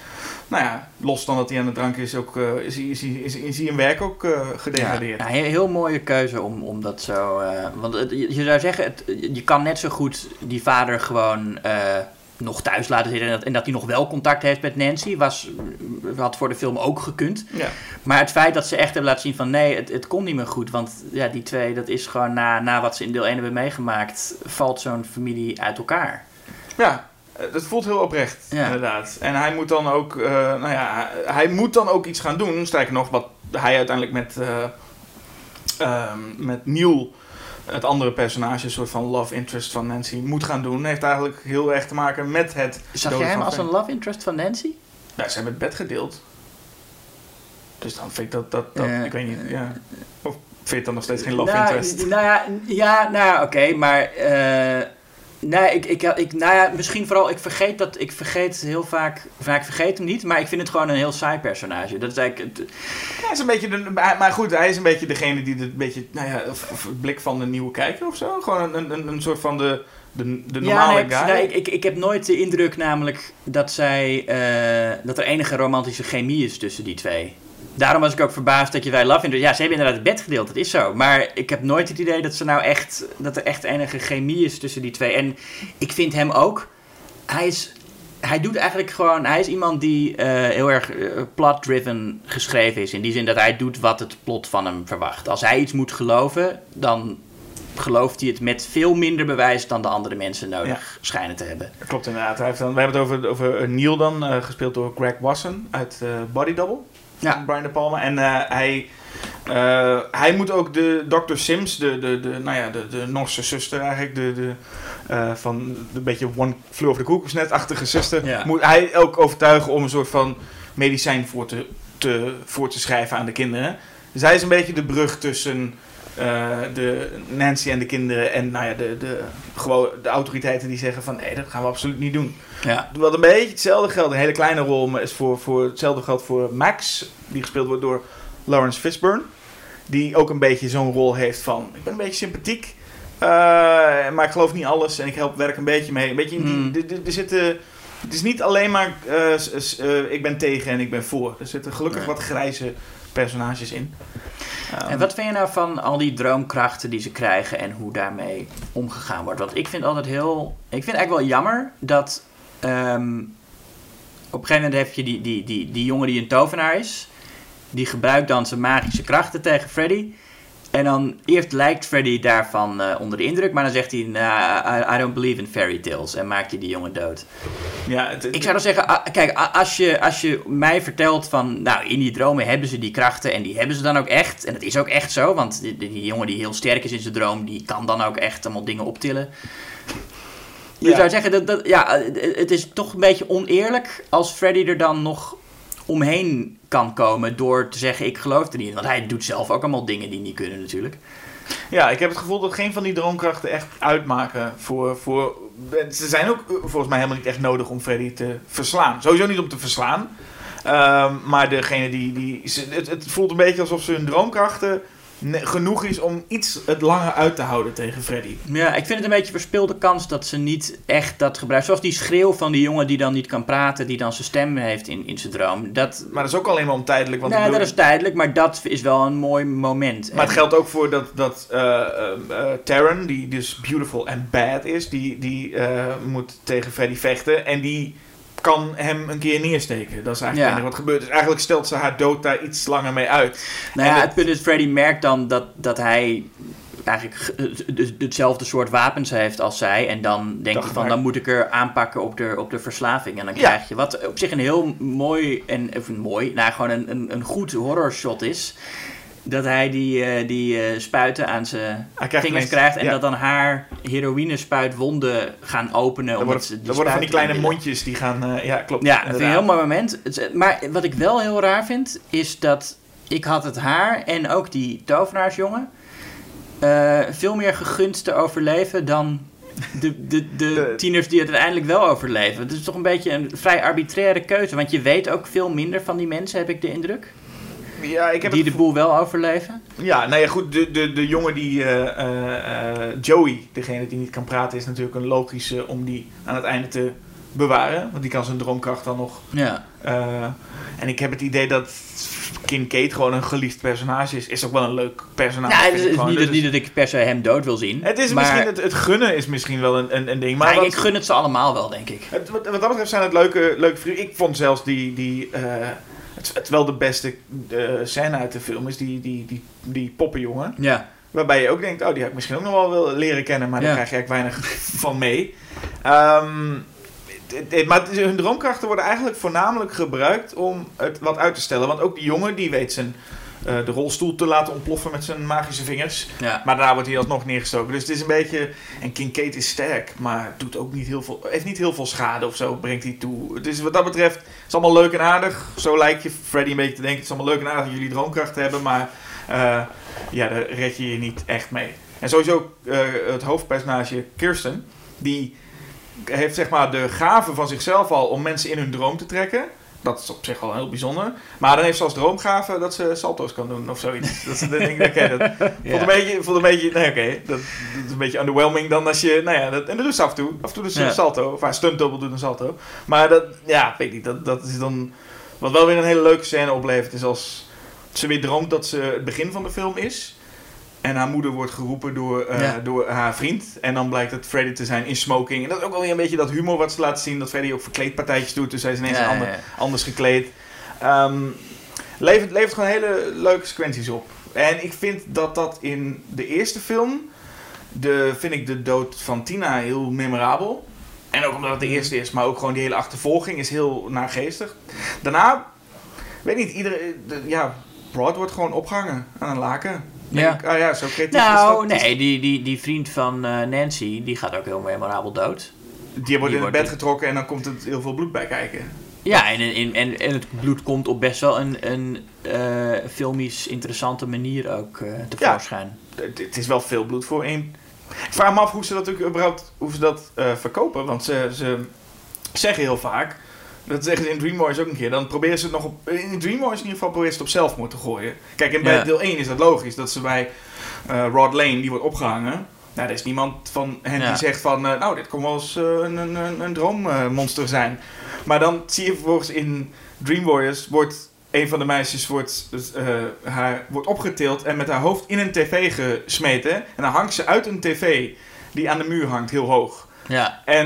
los dan dat hij aan de drank is, ook, is hij in werk ook gedegradeerd. Ja, heel mooie keuze om dat zo... want je zou zeggen, je kan net zo goed die vader gewoon nog thuis laten zitten en dat hij nog wel contact heeft met Nancy, had voor de film ook gekund. Ja. Maar het feit dat ze echt hebben laten zien van nee, het kon niet meer goed, want ja, die twee, dat is gewoon na wat ze in deel 1 hebben meegemaakt, valt zo'n familie uit elkaar. Ja. Dat voelt heel oprecht, inderdaad. En hij moet dan ook, hij moet dan ook iets gaan doen. Sterker nog, wat hij uiteindelijk met Neil, het andere personage, een soort van love interest van Nancy, moet gaan doen, heeft eigenlijk heel erg te maken met het... Zag jij hem als een love interest van Nancy? Ja, ze hebben het bed gedeeld. Dus dan vind ik dat ik weet niet, ja. Of vind je het dan nog steeds geen love interest? Oké, maar... misschien vooral, ik vergeet heel vaak, ik vergeet hem niet, maar ik vind het gewoon een heel saai personage. Dat is eigenlijk... Ja, is een beetje maar goed, hij is een beetje degene die het beetje, of het blik van de nieuwe kijker of zo. Gewoon een soort van de normale guy. Ik heb nooit de indruk namelijk dat dat er enige romantische chemie is tussen die twee. Daarom was ik ook verbaasd dat je bij Love Interest... Ja, ze hebben inderdaad het bed gedeeld, dat is zo. Maar ik heb nooit het idee dat er echt enige chemie is tussen die twee. En ik vind hem ook... Hij doet eigenlijk gewoon... Hij is iemand die heel erg plot-driven geschreven is. In die zin dat hij doet wat het plot van hem verwacht. Als hij iets moet geloven, dan gelooft hij het met veel minder bewijs dan de andere mensen nodig schijnen te hebben. Klopt inderdaad. We hebben het over Neil dan, gespeeld door Greg Wasson uit Body Double. Ja. Brian De Palma. En hij moet ook de Dr. Sims, de Norse zuster eigenlijk, van een beetje One Flew Over the Cuckoo's Nest-achtige zuster, moet hij ook overtuigen om een soort van medicijn voor te schrijven aan de kinderen. Dus hij is een beetje de brug tussen de Nancy en de kinderen en de autoriteiten die zeggen van nee, dat gaan we absoluut niet doen. Ja. Wat een beetje hetzelfde geldt, een hele kleine rol, maar is voor hetzelfde geldt voor Max, die gespeeld wordt door Lawrence Fishburne, die ook een beetje zo'n rol heeft van ik ben een beetje sympathiek, maar ik geloof niet alles en ik werk een beetje mee. Een beetje het is niet alleen maar ik ben tegen en ik ben voor. Er zitten gelukkig wat grijze personages in. En wat vind je nou van al die droomkrachten die ze krijgen en hoe daarmee omgegaan wordt? Want ik vind eigenlijk wel jammer dat op een gegeven moment heb je die jongen die een tovenaar is. Die gebruikt dan zijn magische krachten tegen Freddy. En dan eerst lijkt Freddy daarvan onder de indruk, maar dan zegt hij, I don't believe in fairy tales. En maakt hij die jongen dood. Ja, ik zou dan zeggen, kijk, als je mij vertelt van, nou, in die dromen hebben ze die krachten en die hebben ze dan ook echt. En dat is ook echt zo, want die jongen die heel sterk is in zijn droom, die kan dan ook echt allemaal dingen optillen. Je zou zeggen, het is toch een beetje oneerlijk als Freddy er dan nog omheen kan komen door te zeggen, ik geloof er niet in. Want hij doet zelf ook allemaal dingen die niet kunnen natuurlijk. Ja, ik heb het gevoel dat geen van die droomkrachten echt uitmaken voor... Ze zijn ook volgens mij helemaal niet echt nodig om Freddy te verslaan. Sowieso niet om te verslaan. Maar degene het voelt een beetje alsof ze hun droomkrachten genoeg is om het langer uit te houden tegen Freddy. Ja, ik vind het een beetje verspilde kans dat ze niet echt dat gebruiken. Zoals die schreeuw van die jongen die dan niet kan praten, die dan zijn stem heeft in zijn droom. Maar dat is ook alleen maar om tijdelijk. Want dat is tijdelijk, maar dat is wel een mooi moment. Maar het geldt ook voor dat Taron, die dus beautiful and bad is, die moet tegen Freddy vechten en die kan hem een keer neersteken. Dat is eigenlijk het enige wat gebeurt. Dus eigenlijk stelt ze haar dood daar iets langer mee uit. Nou ja, het punt is, Freddy merkt dan dat hij eigenlijk hetzelfde soort wapens heeft als zij. En dan denkt hij van, dan moet ik er aanpakken op de verslaving. En dan krijg je wat op zich een heel mooi, gewoon een goed horror shot is. Dat hij die spuiten aan zijn vingers krijgt. En dat dan haar heroïnespuitwonden gaan openen. Er worden van die kleine mondjes die gaan... ja, klopt. Ja, dat vind ik een heel mooi moment. Maar wat ik wel heel raar vind, is dat ik had het haar en ook die tovenaarsjongen veel meer gegund te overleven dan de tieners die het uiteindelijk wel overleven. Het is toch een beetje een vrij arbitraire keuze. Want je weet ook veel minder van die mensen, heb ik de indruk. Ja, die de boel wel overleven? Ja, nou ja, goed. De jongen die... Joey, degene die niet kan praten, is natuurlijk een logische om die aan het einde te bewaren. Want die kan zijn droomkracht dan nog... Ja. En ik heb het idee dat Kincaid gewoon een geliefd personage is. Is ook wel een leuk personage. Ja, het is niet dat ik per se hem dood wil zien. Het is misschien het gunnen is misschien wel een ding. Maar ik gun het ze allemaal wel, denk ik. Wat dat betreft zijn het leuke vrienden. Ik vond zelfs het wel de beste scène uit de film is die poppenjongen. Ja. Waarbij je ook denkt, die had ik misschien ook nog wel willen leren kennen, maar daar krijg je eigenlijk weinig van mee. Maar hun droomkrachten worden eigenlijk voornamelijk gebruikt om het wat uit te stellen. Want ook die jongen die weet de rolstoel te laten ontploffen met zijn magische vingers. Ja. Maar daarna wordt hij alsnog neergestoken. Dus het is een beetje... En Kincaid is sterk, maar doet ook niet heel veel... Heeft niet heel veel schade of zo, brengt hij toe. Dus wat dat betreft, het is allemaal leuk en aardig. Zo lijkt je Freddy een beetje te denken. Het is allemaal leuk en aardig dat jullie droomkrachten hebben, maar... daar red je niet echt mee. En sowieso het hoofdpersonage Kirsten, die heeft zeg maar de gave van zichzelf al om mensen in hun droom te trekken. Dat is op zich wel heel bijzonder. Maar dan heeft ze als droomgave dat ze salto's kan doen of zoiets. Dat voelt een beetje... Nee, oké. Dat is een beetje underwhelming dan als je... Nou ja, en dat doet ze af en toe. Af en toe dus een salto. Of haar stuntdouble doet een salto. Maar dat... Ja, weet ik niet. Dat is dan... Wat wel weer een hele leuke scène oplevert is als ze weer droomt dat ze het begin van de film is. En haar moeder wordt geroepen door haar vriend. En dan blijkt het Freddy te zijn in smoking. En dat is ook wel weer een beetje dat humor wat ze laten zien. Dat Freddy ook verkleedpartijtjes doet. Dus hij is ineens anders gekleed. Levert gewoon hele leuke sequenties op. En ik vind dat in de eerste film... vind ik de dood van Tina heel memorabel. En ook omdat het de eerste is. Maar ook gewoon die hele achtervolging is heel naargeestig. Daarna... Weet niet, Broad wordt gewoon opgehangen aan een laken. Ja. Zo creatief die vriend van Nancy, die gaat ook heel memorabel dood. Die wordt in het bed getrokken en dan komt er heel veel bloed bij kijken. Ja, en het bloed komt op best wel een filmisch interessante manier ook tevoorschijn. Ja, het is wel veel bloed voor één. Ik vraag me af hoe ze dat ook überhaupt verkopen, want ze zeggen heel vaak... Dat zeggen ze in Dream Warriors ook een keer. Dan proberen ze het nog op... In Dream Warriors in ieder geval proberen ze het op zelfmoord te gooien. Kijk, en bij deel 1 is dat logisch. Dat ze bij Rod Lane, die wordt opgehangen. Nou, er is niemand van hen die zegt van... dit kon wel eens een droommonster zijn. Maar dan zie je vervolgens in Dream Warriors... wordt een van de meisjes wordt opgetild... en met haar hoofd in een tv gesmeten. En dan hangt ze uit een tv die aan de muur hangt, heel hoog. Ja. En...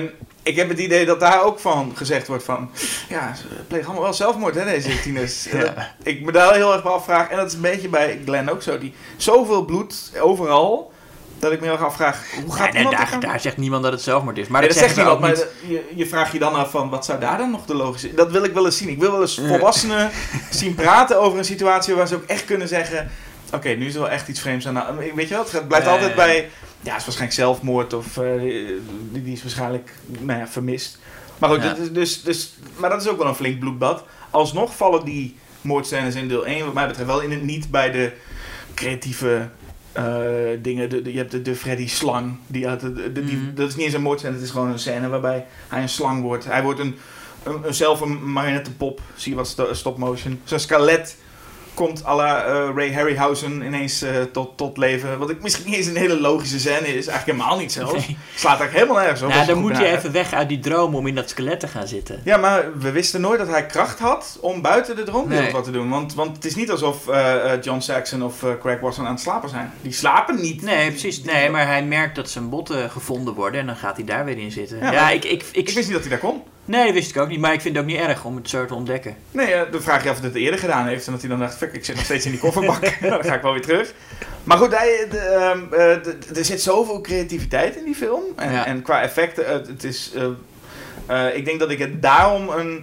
ik heb het idee dat daar ook van gezegd wordt van... Ja, ze plegen allemaal wel zelfmoord, hè, deze tieners. Ja. Ik me daar heel erg bij afvraag. En dat is een beetje bij Glenn ook zo. Die zoveel bloed overal... Dat ik me heel erg afvraag, hoe gaat iemand daar zegt niemand dat het zelfmoord is. Maar dat zegt niemand, maar je vraagt je dan af van... Wat zou daar dan nog de logische... Dat wil ik wel eens zien. Ik wil wel eens volwassenen zien praten over een situatie... waar ze ook echt kunnen zeggen... Oké, nu is er wel echt iets vreemds aan. Nou, weet je wel, het blijft altijd bij... Ja, het is waarschijnlijk zelfmoord of die is waarschijnlijk vermist. Maar goed, maar dat is ook wel een flink bloedbad. Alsnog vallen die moordscènes in deel 1 wat mij betreft wel niet bij de creatieve dingen. Je hebt de Freddy slang. Dat is niet eens een moordscène, het is gewoon een scène waarbij hij een slang wordt. Hij wordt zelf een marionettepop. Zie je wat stop motion. Zo'n skelet komt à la Ray Harryhausen ineens tot leven. Wat ik misschien niet eens een hele logische scène is. Eigenlijk helemaal niet zelfs. Nee. Slaat eigenlijk helemaal nergens op. Nou, dan moet je even weg uit die droom om in dat skelet te gaan zitten. Ja, maar we wisten nooit dat hij kracht had om buiten de droomwereld wat te doen. Want het is niet alsof John Saxon of Craig Watson aan het slapen zijn. Die slapen niet. Nee, precies. Nee, maar hij merkt dat zijn botten gevonden worden en dan gaat hij daar weer in zitten. Ja, ik wist niet dat hij daar kon. Nee, dat wist ik ook niet, maar ik vind het ook niet erg om het zo te ontdekken. Nee, dan vraag je af of hij het eerder gedaan heeft en dat hij dan dacht, fuck, ik zit nog steeds in die kofferbak. Dan ga ik wel weer terug. Maar goed, er zit zoveel creativiteit in die film. En qua effecten, het is... ik denk dat ik het daarom een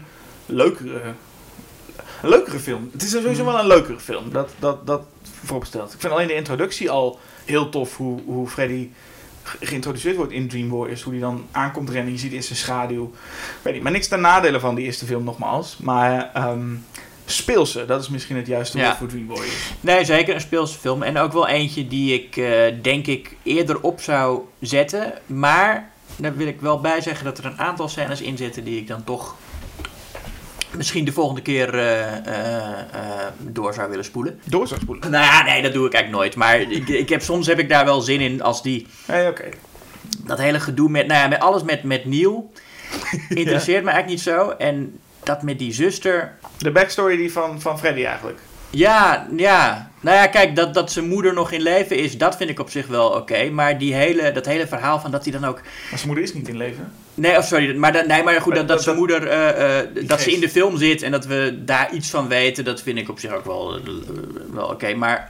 leukere film... Het is sowieso wel een leukere film, dat vooropstelt. Ik vind alleen de introductie al heel tof, hoe Freddy... geïntroduceerd wordt in Dream Warriors. Hoe die dan aankomt rennen. Je ziet eerst zijn schaduw. Weet niet. Maar niks ten nadele van die eerste film nogmaals. Maar speelse. Dat is misschien het juiste woord voor Dream Warriors. Nee, zeker een speelse film. En ook wel eentje die ik denk ik eerder op zou zetten. Maar daar wil ik wel bij zeggen dat er een aantal scènes in zitten die ik dan toch... misschien de volgende keer door zou willen spoelen. Door zou spoelen? Nou ja, nee, dat doe ik eigenlijk nooit. Maar soms heb ik daar wel zin in als die... Hey, okay. Dat hele gedoe met alles met Neil interesseert me eigenlijk niet zo. En dat met die zuster... De backstory die van Freddy eigenlijk. Ja. Nou ja, kijk, dat zijn moeder nog in leven is, dat vind ik op zich wel oké. Maar dat hele verhaal van dat hij dan ook... Maar zijn moeder is niet in leven. Nee, sorry, maar goed, dat zijn moeder, dat ze in de film zit en dat we daar iets van weten, dat vind ik op zich ook wel oké. Maar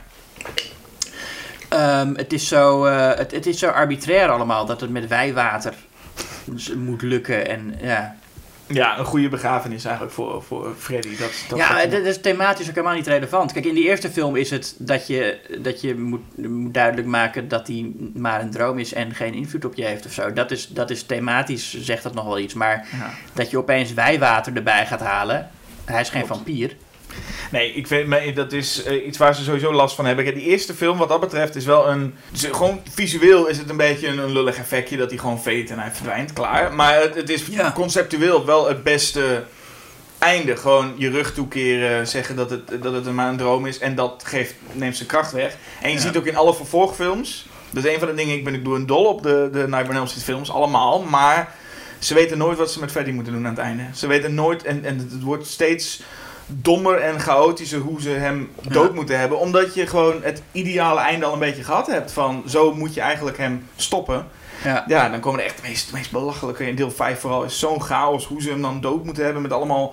het is zo arbitrair allemaal, dat het met wijwater moet lukken en ja... Ja, een goede begrafenis eigenlijk voor Freddy. Dat is thematisch ook helemaal niet relevant. Kijk, in die eerste film is het dat je moet duidelijk maken dat hij maar een droom is en geen invloed op je heeft of zo. Dat is thematisch, zegt dat nog wel iets. Maar dat je opeens wijwater erbij gaat halen, hij is geen vampier. Nee, ik vind dat is iets waar ze sowieso last van hebben. Die eerste film, wat dat betreft, is wel gewoon visueel is het een beetje een lullig effectje dat hij gewoon veet en hij verdwijnt, klaar. Maar het is conceptueel wel het beste einde. Gewoon je rug toekeren, zeggen dat het maar een droom is en dat neemt zijn kracht weg. En je ziet ook in alle vervolgfilms, dat is een van de dingen, ik doe een dol op de Nightmare on Elm Street films, allemaal, maar ze weten nooit wat ze met Freddy moeten doen aan het einde. Ze weten nooit, en het wordt steeds dommer en chaotischer hoe ze hem dood moeten hebben. Omdat je gewoon het ideale einde al een beetje gehad hebt. Van zo moet je eigenlijk hem stoppen. Ja, dan komen er echt de meest belachelijke. In deel 5 vooral is zo'n chaos hoe ze hem dan dood moeten hebben. Met allemaal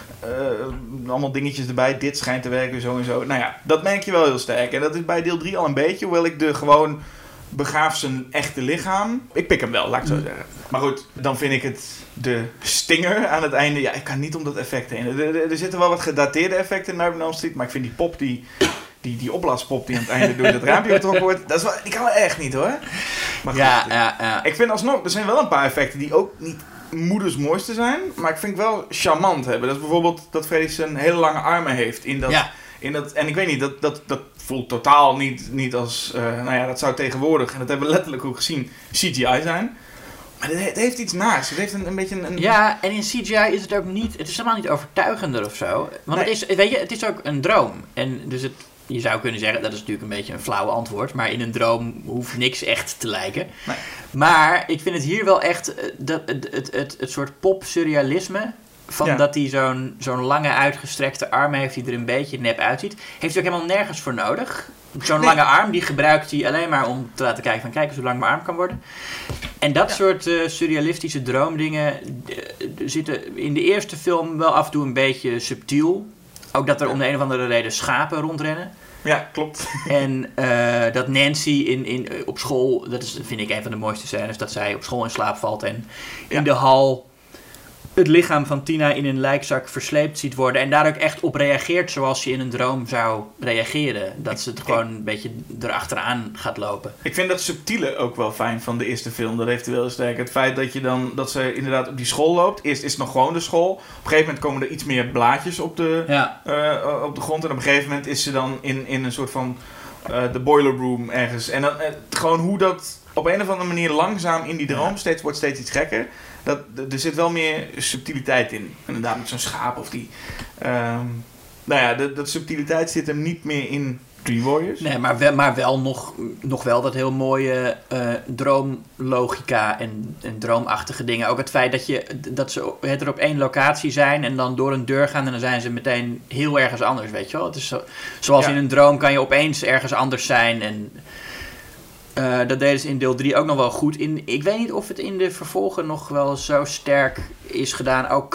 dingetjes erbij. Dit schijnt te werken, zo en zo. Nou ja, dat merk je wel heel sterk. En dat is bij deel 3 al een beetje. Hoewel ik gewoon begraaf zijn echte lichaam. Ik pik hem wel, laat ik zo zeggen. Maar goed, dan vind ik het de stinger aan het einde. Ja, ik kan niet om dat effect heen. Er zitten wel wat gedateerde effecten in Nightmare on Elm Street. Maar ik vind die pop, die opblaaspop die aan het einde door dat raampje getrokken wordt. Dat is wel, die kan wel echt niet hoor. Maar goed, ja. Ik vind alsnog, er zijn wel een paar effecten die ook niet moeders mooiste zijn. Maar ik vind wel charmant hebben. Dat is bijvoorbeeld dat Freddy zijn hele lange armen heeft. En ik weet niet, dat voelt totaal niet als... dat zou tegenwoordig, en dat hebben we letterlijk ook gezien, CGI zijn. Maar het heeft iets naars. Het heeft een beetje een... Ja, en in CGI is het ook niet... Het is helemaal niet overtuigender of zo. Want het is ook een droom. En dus je zou kunnen zeggen, dat is natuurlijk een beetje een flauw antwoord, maar in een droom hoeft niks echt te lijken. Nee. Maar ik vind het hier wel echt, het soort pop-surrealisme Dat hij zo'n lange uitgestrekte arm heeft die er een beetje nep uitziet. Heeft hij ook helemaal nergens voor nodig. Zo'n lange arm, die gebruikt hij alleen maar om te laten kijken van kijk eens hoe lang mijn arm kan worden. En dat soort surrealistische droomdingen zitten in de eerste film wel af en toe een beetje subtiel. Ook dat er om de een of andere reden schapen rondrennen. Ja, klopt. En dat Nancy op school, vind ik een van de mooiste scènes, dat zij op school in slaap valt en in de hal het lichaam van Tina in een lijkzak versleept ziet worden en daar ook echt op reageert zoals je in een droom zou reageren. Dat ze het gewoon een beetje erachteraan gaat lopen. Ik vind dat subtiele ook wel fijn van de eerste film. Dat heeft hij wel sterk. Het feit dat ze inderdaad op die school loopt. Eerst is het nog gewoon de school. Op een gegeven moment komen er iets meer blaadjes op de grond. En op een gegeven moment is ze dan in een soort van de boiler room ergens. En dan gewoon hoe dat op een of andere manier langzaam in die droom wordt steeds iets gekker. Er zit wel meer subtiliteit in. Inderdaad met zo'n schaap of die... dat subtiliteit zit hem niet meer in Dream Warriors. Nee, maar wel nog wel dat heel mooie droomlogica en droomachtige dingen. Ook het feit dat ze er op één locatie zijn en dan door een deur gaan en dan zijn ze meteen heel ergens anders, weet je wel. Het is zoals in een droom kan je opeens ergens anders zijn en... dat deden ze in deel 3 ook nog wel goed. Ik weet niet of het in de vervolgen nog wel zo sterk is gedaan, ook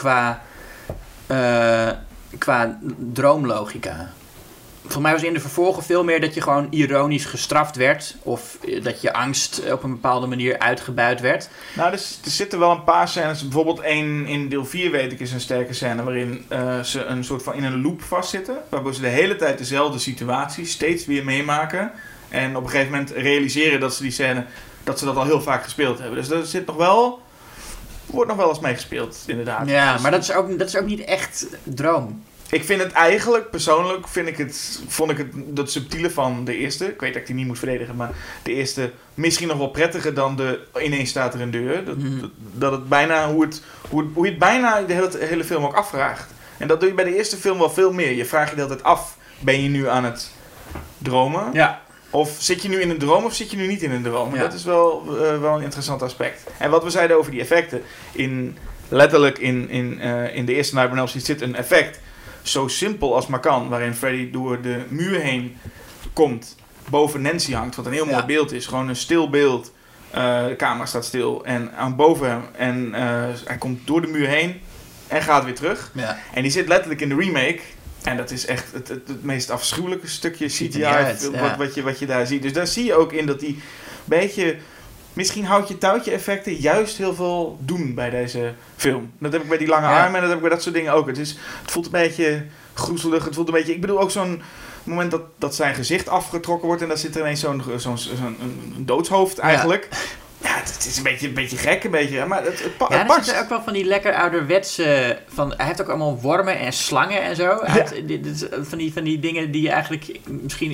qua droomlogica. Voor mij was in de vervolgen veel meer dat je gewoon ironisch gestraft werd. Of dat je angst op een bepaalde manier uitgebuit werd. Nou, er zitten wel een paar scènes. Bijvoorbeeld in deel 4 weet ik is een sterke scène waarin ze een soort van in een loop vastzitten. Waarbij ze de hele tijd dezelfde situatie steeds weer meemaken. En op een gegeven moment realiseren dat ze die scène, dat ze dat al heel vaak gespeeld hebben. Dus er zit wordt nog wel eens meegespeeld, inderdaad. Ja, dus, maar dat is ook niet echt droom. Ik vind het eigenlijk, persoonlijk, vond ik het dat subtiele van de eerste. Ik weet dat ik die niet moet verdedigen, maar de eerste misschien nog wel prettiger dan de ineens staat er een deur. Dat het bijna, hoe je het bijna de hele film ook afvraagt. En dat doe je bij de eerste film wel veel meer. Je vraagt je de hele tijd af, ben je nu aan het dromen? Ja. Of zit je nu in een droom of zit je nu niet in een droom? Ja. Dat is wel een interessant aspect. En wat we zeiden over die effecten. Letterlijk in de eerste Nightmare on Elm Street zit een effect. Zo simpel als maar kan. Waarin Freddy door de muur heen komt. Boven Nancy hangt. Wat een heel mooi beeld is. Gewoon een stil beeld. De camera staat stil. En aan boven hem. En hij komt door de muur heen. En gaat weer terug. Ja. En die zit letterlijk in de remake. En dat is echt het meest afschuwelijke stukje CGI wat je daar ziet. Dus daar zie je ook in dat die beetje... Misschien houtje touwtje effecten juist heel veel doen bij deze film. Dat heb ik bij die lange armen en dat heb ik bij dat soort dingen ook. Het voelt een beetje groezelig. Het voelt een beetje... Ik bedoel ook zo'n moment dat zijn gezicht afgetrokken wordt en daar zit er ineens zo'n doodshoofd eigenlijk. Ja, het is een beetje gek, een beetje, maar het past. Ja, er zitten ook wel van die lekker ouderwetse... hij heeft ook allemaal wormen en slangen en zo. Ja. Van die dingen die je eigenlijk misschien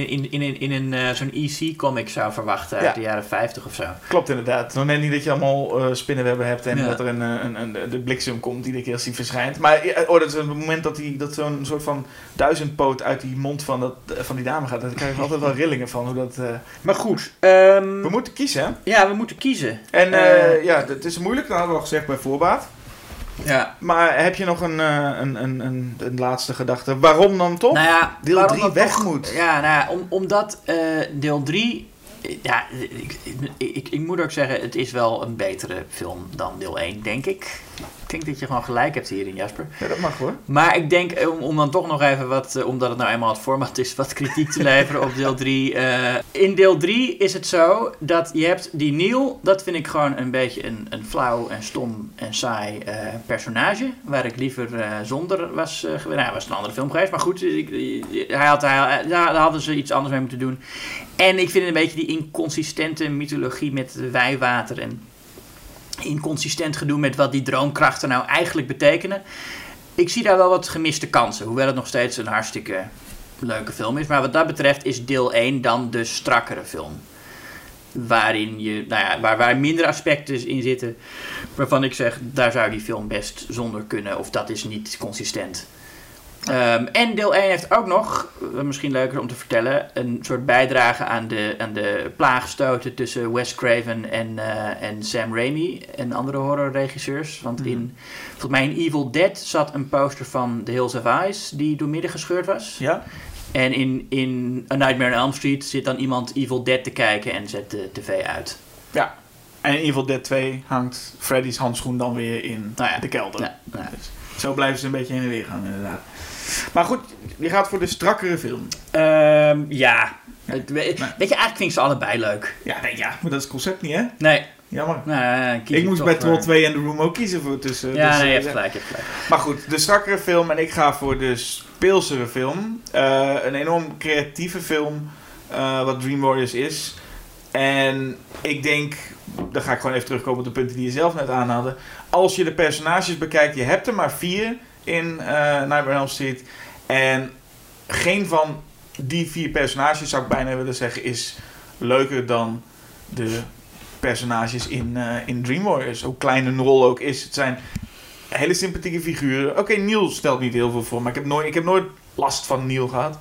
in zo'n EC-comic zou verwachten uit de jaren 50 of zo. Klopt inderdaad. Nog net niet dat je allemaal spinnenwebben hebt en dat er de bliksem komt iedere keer als die verschijnt. Maar dat is een moment dat zo'n soort van duizendpoot uit die mond van die dame gaat. Daar krijg je altijd wel rillingen van. Hoe dat, Maar goed. We moeten kiezen, hè? Ja, we moeten kiezen. En het is moeilijk, dat hadden we al gezegd bij voorbaat. Ja. Maar heb je nog een laatste gedachte? Waarom dan toch? Nou ja, deel 3 weg moet. Ja, nou ja, omdat deel 3... Ja, ik moet ook zeggen, het is wel een betere film dan deel 1, denk ik. Ik denk dat je gewoon gelijk hebt hierin, Jasper. Ja, dat mag hoor. Maar ik denk, om dan toch nog even omdat het nou eenmaal het format is, wat kritiek te leveren op deel 3. In deel 3 is het zo dat je hebt die Neil, dat vind ik gewoon een beetje een flauw en stom en saai personage. Waar ik liever zonder was geweest. Was een andere film geweest, maar goed, daar hadden ze iets anders mee moeten doen. En ik vind een beetje die inconsistente mythologie met wijwater en inconsistent gedoe met wat die droomkrachten nou eigenlijk betekenen. Ik zie daar wel wat gemiste kansen, hoewel het nog steeds een hartstikke leuke film is. Maar wat dat betreft is deel 1 dan de strakkere film. Waarin waar minder aspecten in zitten, waarvan ik zeg, daar zou die film best zonder kunnen, of dat is niet consistent. En deel 1 heeft ook nog, misschien leuker om te vertellen, een soort bijdrage aan de plaagstoten tussen Wes Craven en Sam Raimi en andere horrorregisseurs. Want volgens mij in Evil Dead zat een poster van The Hills of Ice die doormidden gescheurd was. Ja. En in A Nightmare on Elm Street zit dan iemand Evil Dead te kijken en zet de tv uit. Ja. En in Evil Dead 2 hangt Freddy's handschoen dan weer in de kelder. Ja. Dus zo blijven ze een beetje heen en weer gaan inderdaad. Maar goed, je gaat voor de strakkere film. Ja. Weet je, eigenlijk vind ik ze allebei leuk. Ja, maar dat is het concept niet, hè? Nee. Jammer. Ik moest bij Troll 2 en The Room ook kiezen voor tussen. Ja, je hebt gelijk. Maar goed, de strakkere film en ik ga voor de speelsere film. Een enorm creatieve film, wat Dream Warriors is. En ik denk, dan ga ik gewoon even terugkomen op de punten die je zelf net aanhaalde. Als je de personages bekijkt, je hebt er maar 4 in Nightmare on Elm Street. En geen van die 4 personages, zou ik bijna willen zeggen, is leuker dan de personages in Dream Warriors. Hoe klein een rol ook is. Het zijn hele sympathieke figuren. Oké, Neil stelt niet heel veel voor, maar ik heb nooit last van Neil gehad.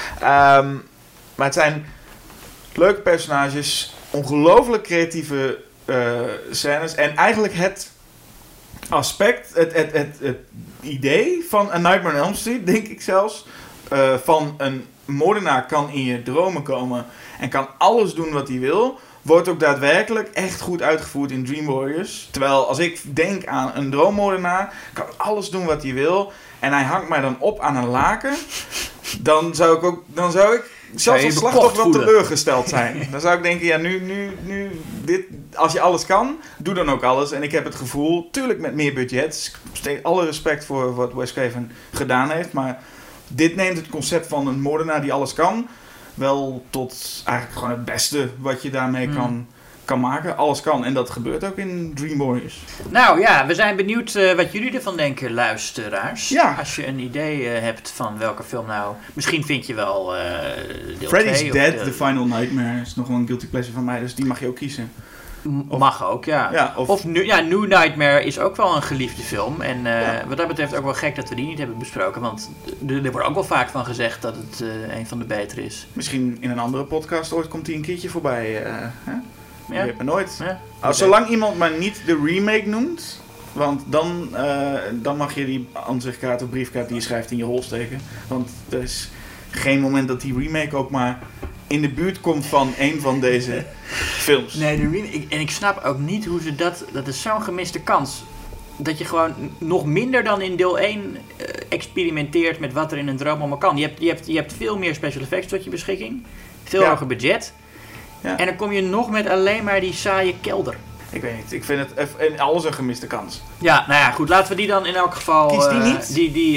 Maar het zijn leuke personages, ongelooflijk creatieve scènes en eigenlijk het aspect, het idee van A Nightmare on Elm Street, denk ik zelfs, van een moordenaar kan in je dromen komen en kan alles doen wat hij wil, wordt ook daadwerkelijk echt goed uitgevoerd in Dream Warriors. Terwijl als ik denk aan een droommoordenaar, kan alles doen wat hij wil en hij hangt mij dan op aan een laken, dan zou ik zelfs als slachtoffer wel teleurgesteld zijn. Dan zou ik denken, ja, nu dit, als je alles kan, doe dan ook alles. En ik heb het gevoel, tuurlijk met meer budget, alle respect voor wat Wes Craven gedaan heeft, maar dit neemt het concept van een moordenaar die alles kan, wel tot eigenlijk gewoon het beste wat je daarmee kan maken. Alles kan. En dat gebeurt ook in Dream Warriors. Nou ja, we zijn benieuwd wat jullie ervan denken, luisteraars. Ja. Als je een idee hebt van welke film nou... Misschien vind je wel deel Freddy's 2 Dead, The Final Nightmare is nog wel een guilty pleasure van mij. Dus die mag je ook kiezen. Mag ook, ja. Of New Nightmare is ook wel een geliefde film. En wat dat betreft ook wel gek dat we die niet hebben besproken. Want er wordt ook wel vaak van gezegd dat het een van de betere is. Misschien in een andere podcast ooit komt die een keertje voorbij. Hè? Je weet maar nooit. Ja, zolang iemand maar niet de remake noemt, want dan mag je die ansichtkaart of briefkaart die je schrijft in je hol steken. Want er is geen moment dat die remake ook maar in de buurt komt van een van deze films. Nee, de remake. En ik snap ook niet hoe ze dat is zo'n gemiste kans. Dat je gewoon nog minder dan in deel 1 experimenteert met wat er in een droom allemaal kan. Je hebt veel meer special effects tot je beschikking. Veel hoger budget. Ja. En dan kom je nog met alleen maar die saaie kelder. Ik weet niet. Ik vind het in alles een gemiste kans. Ja, nou ja, goed. Laten we die dan in elk geval... Kies die niet?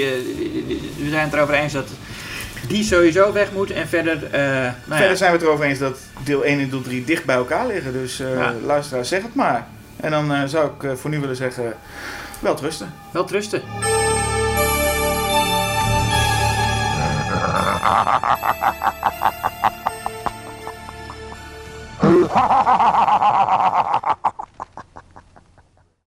We zijn het erover eens dat die sowieso weg moet. En verder... verder zijn we het erover eens dat deel 1 en deel 3 dicht bij elkaar liggen. Dus luisteraars, zeg het maar. En dan zou ik voor nu willen zeggen... Welterusten. Welterusten. Ha ha ha ha ha ha!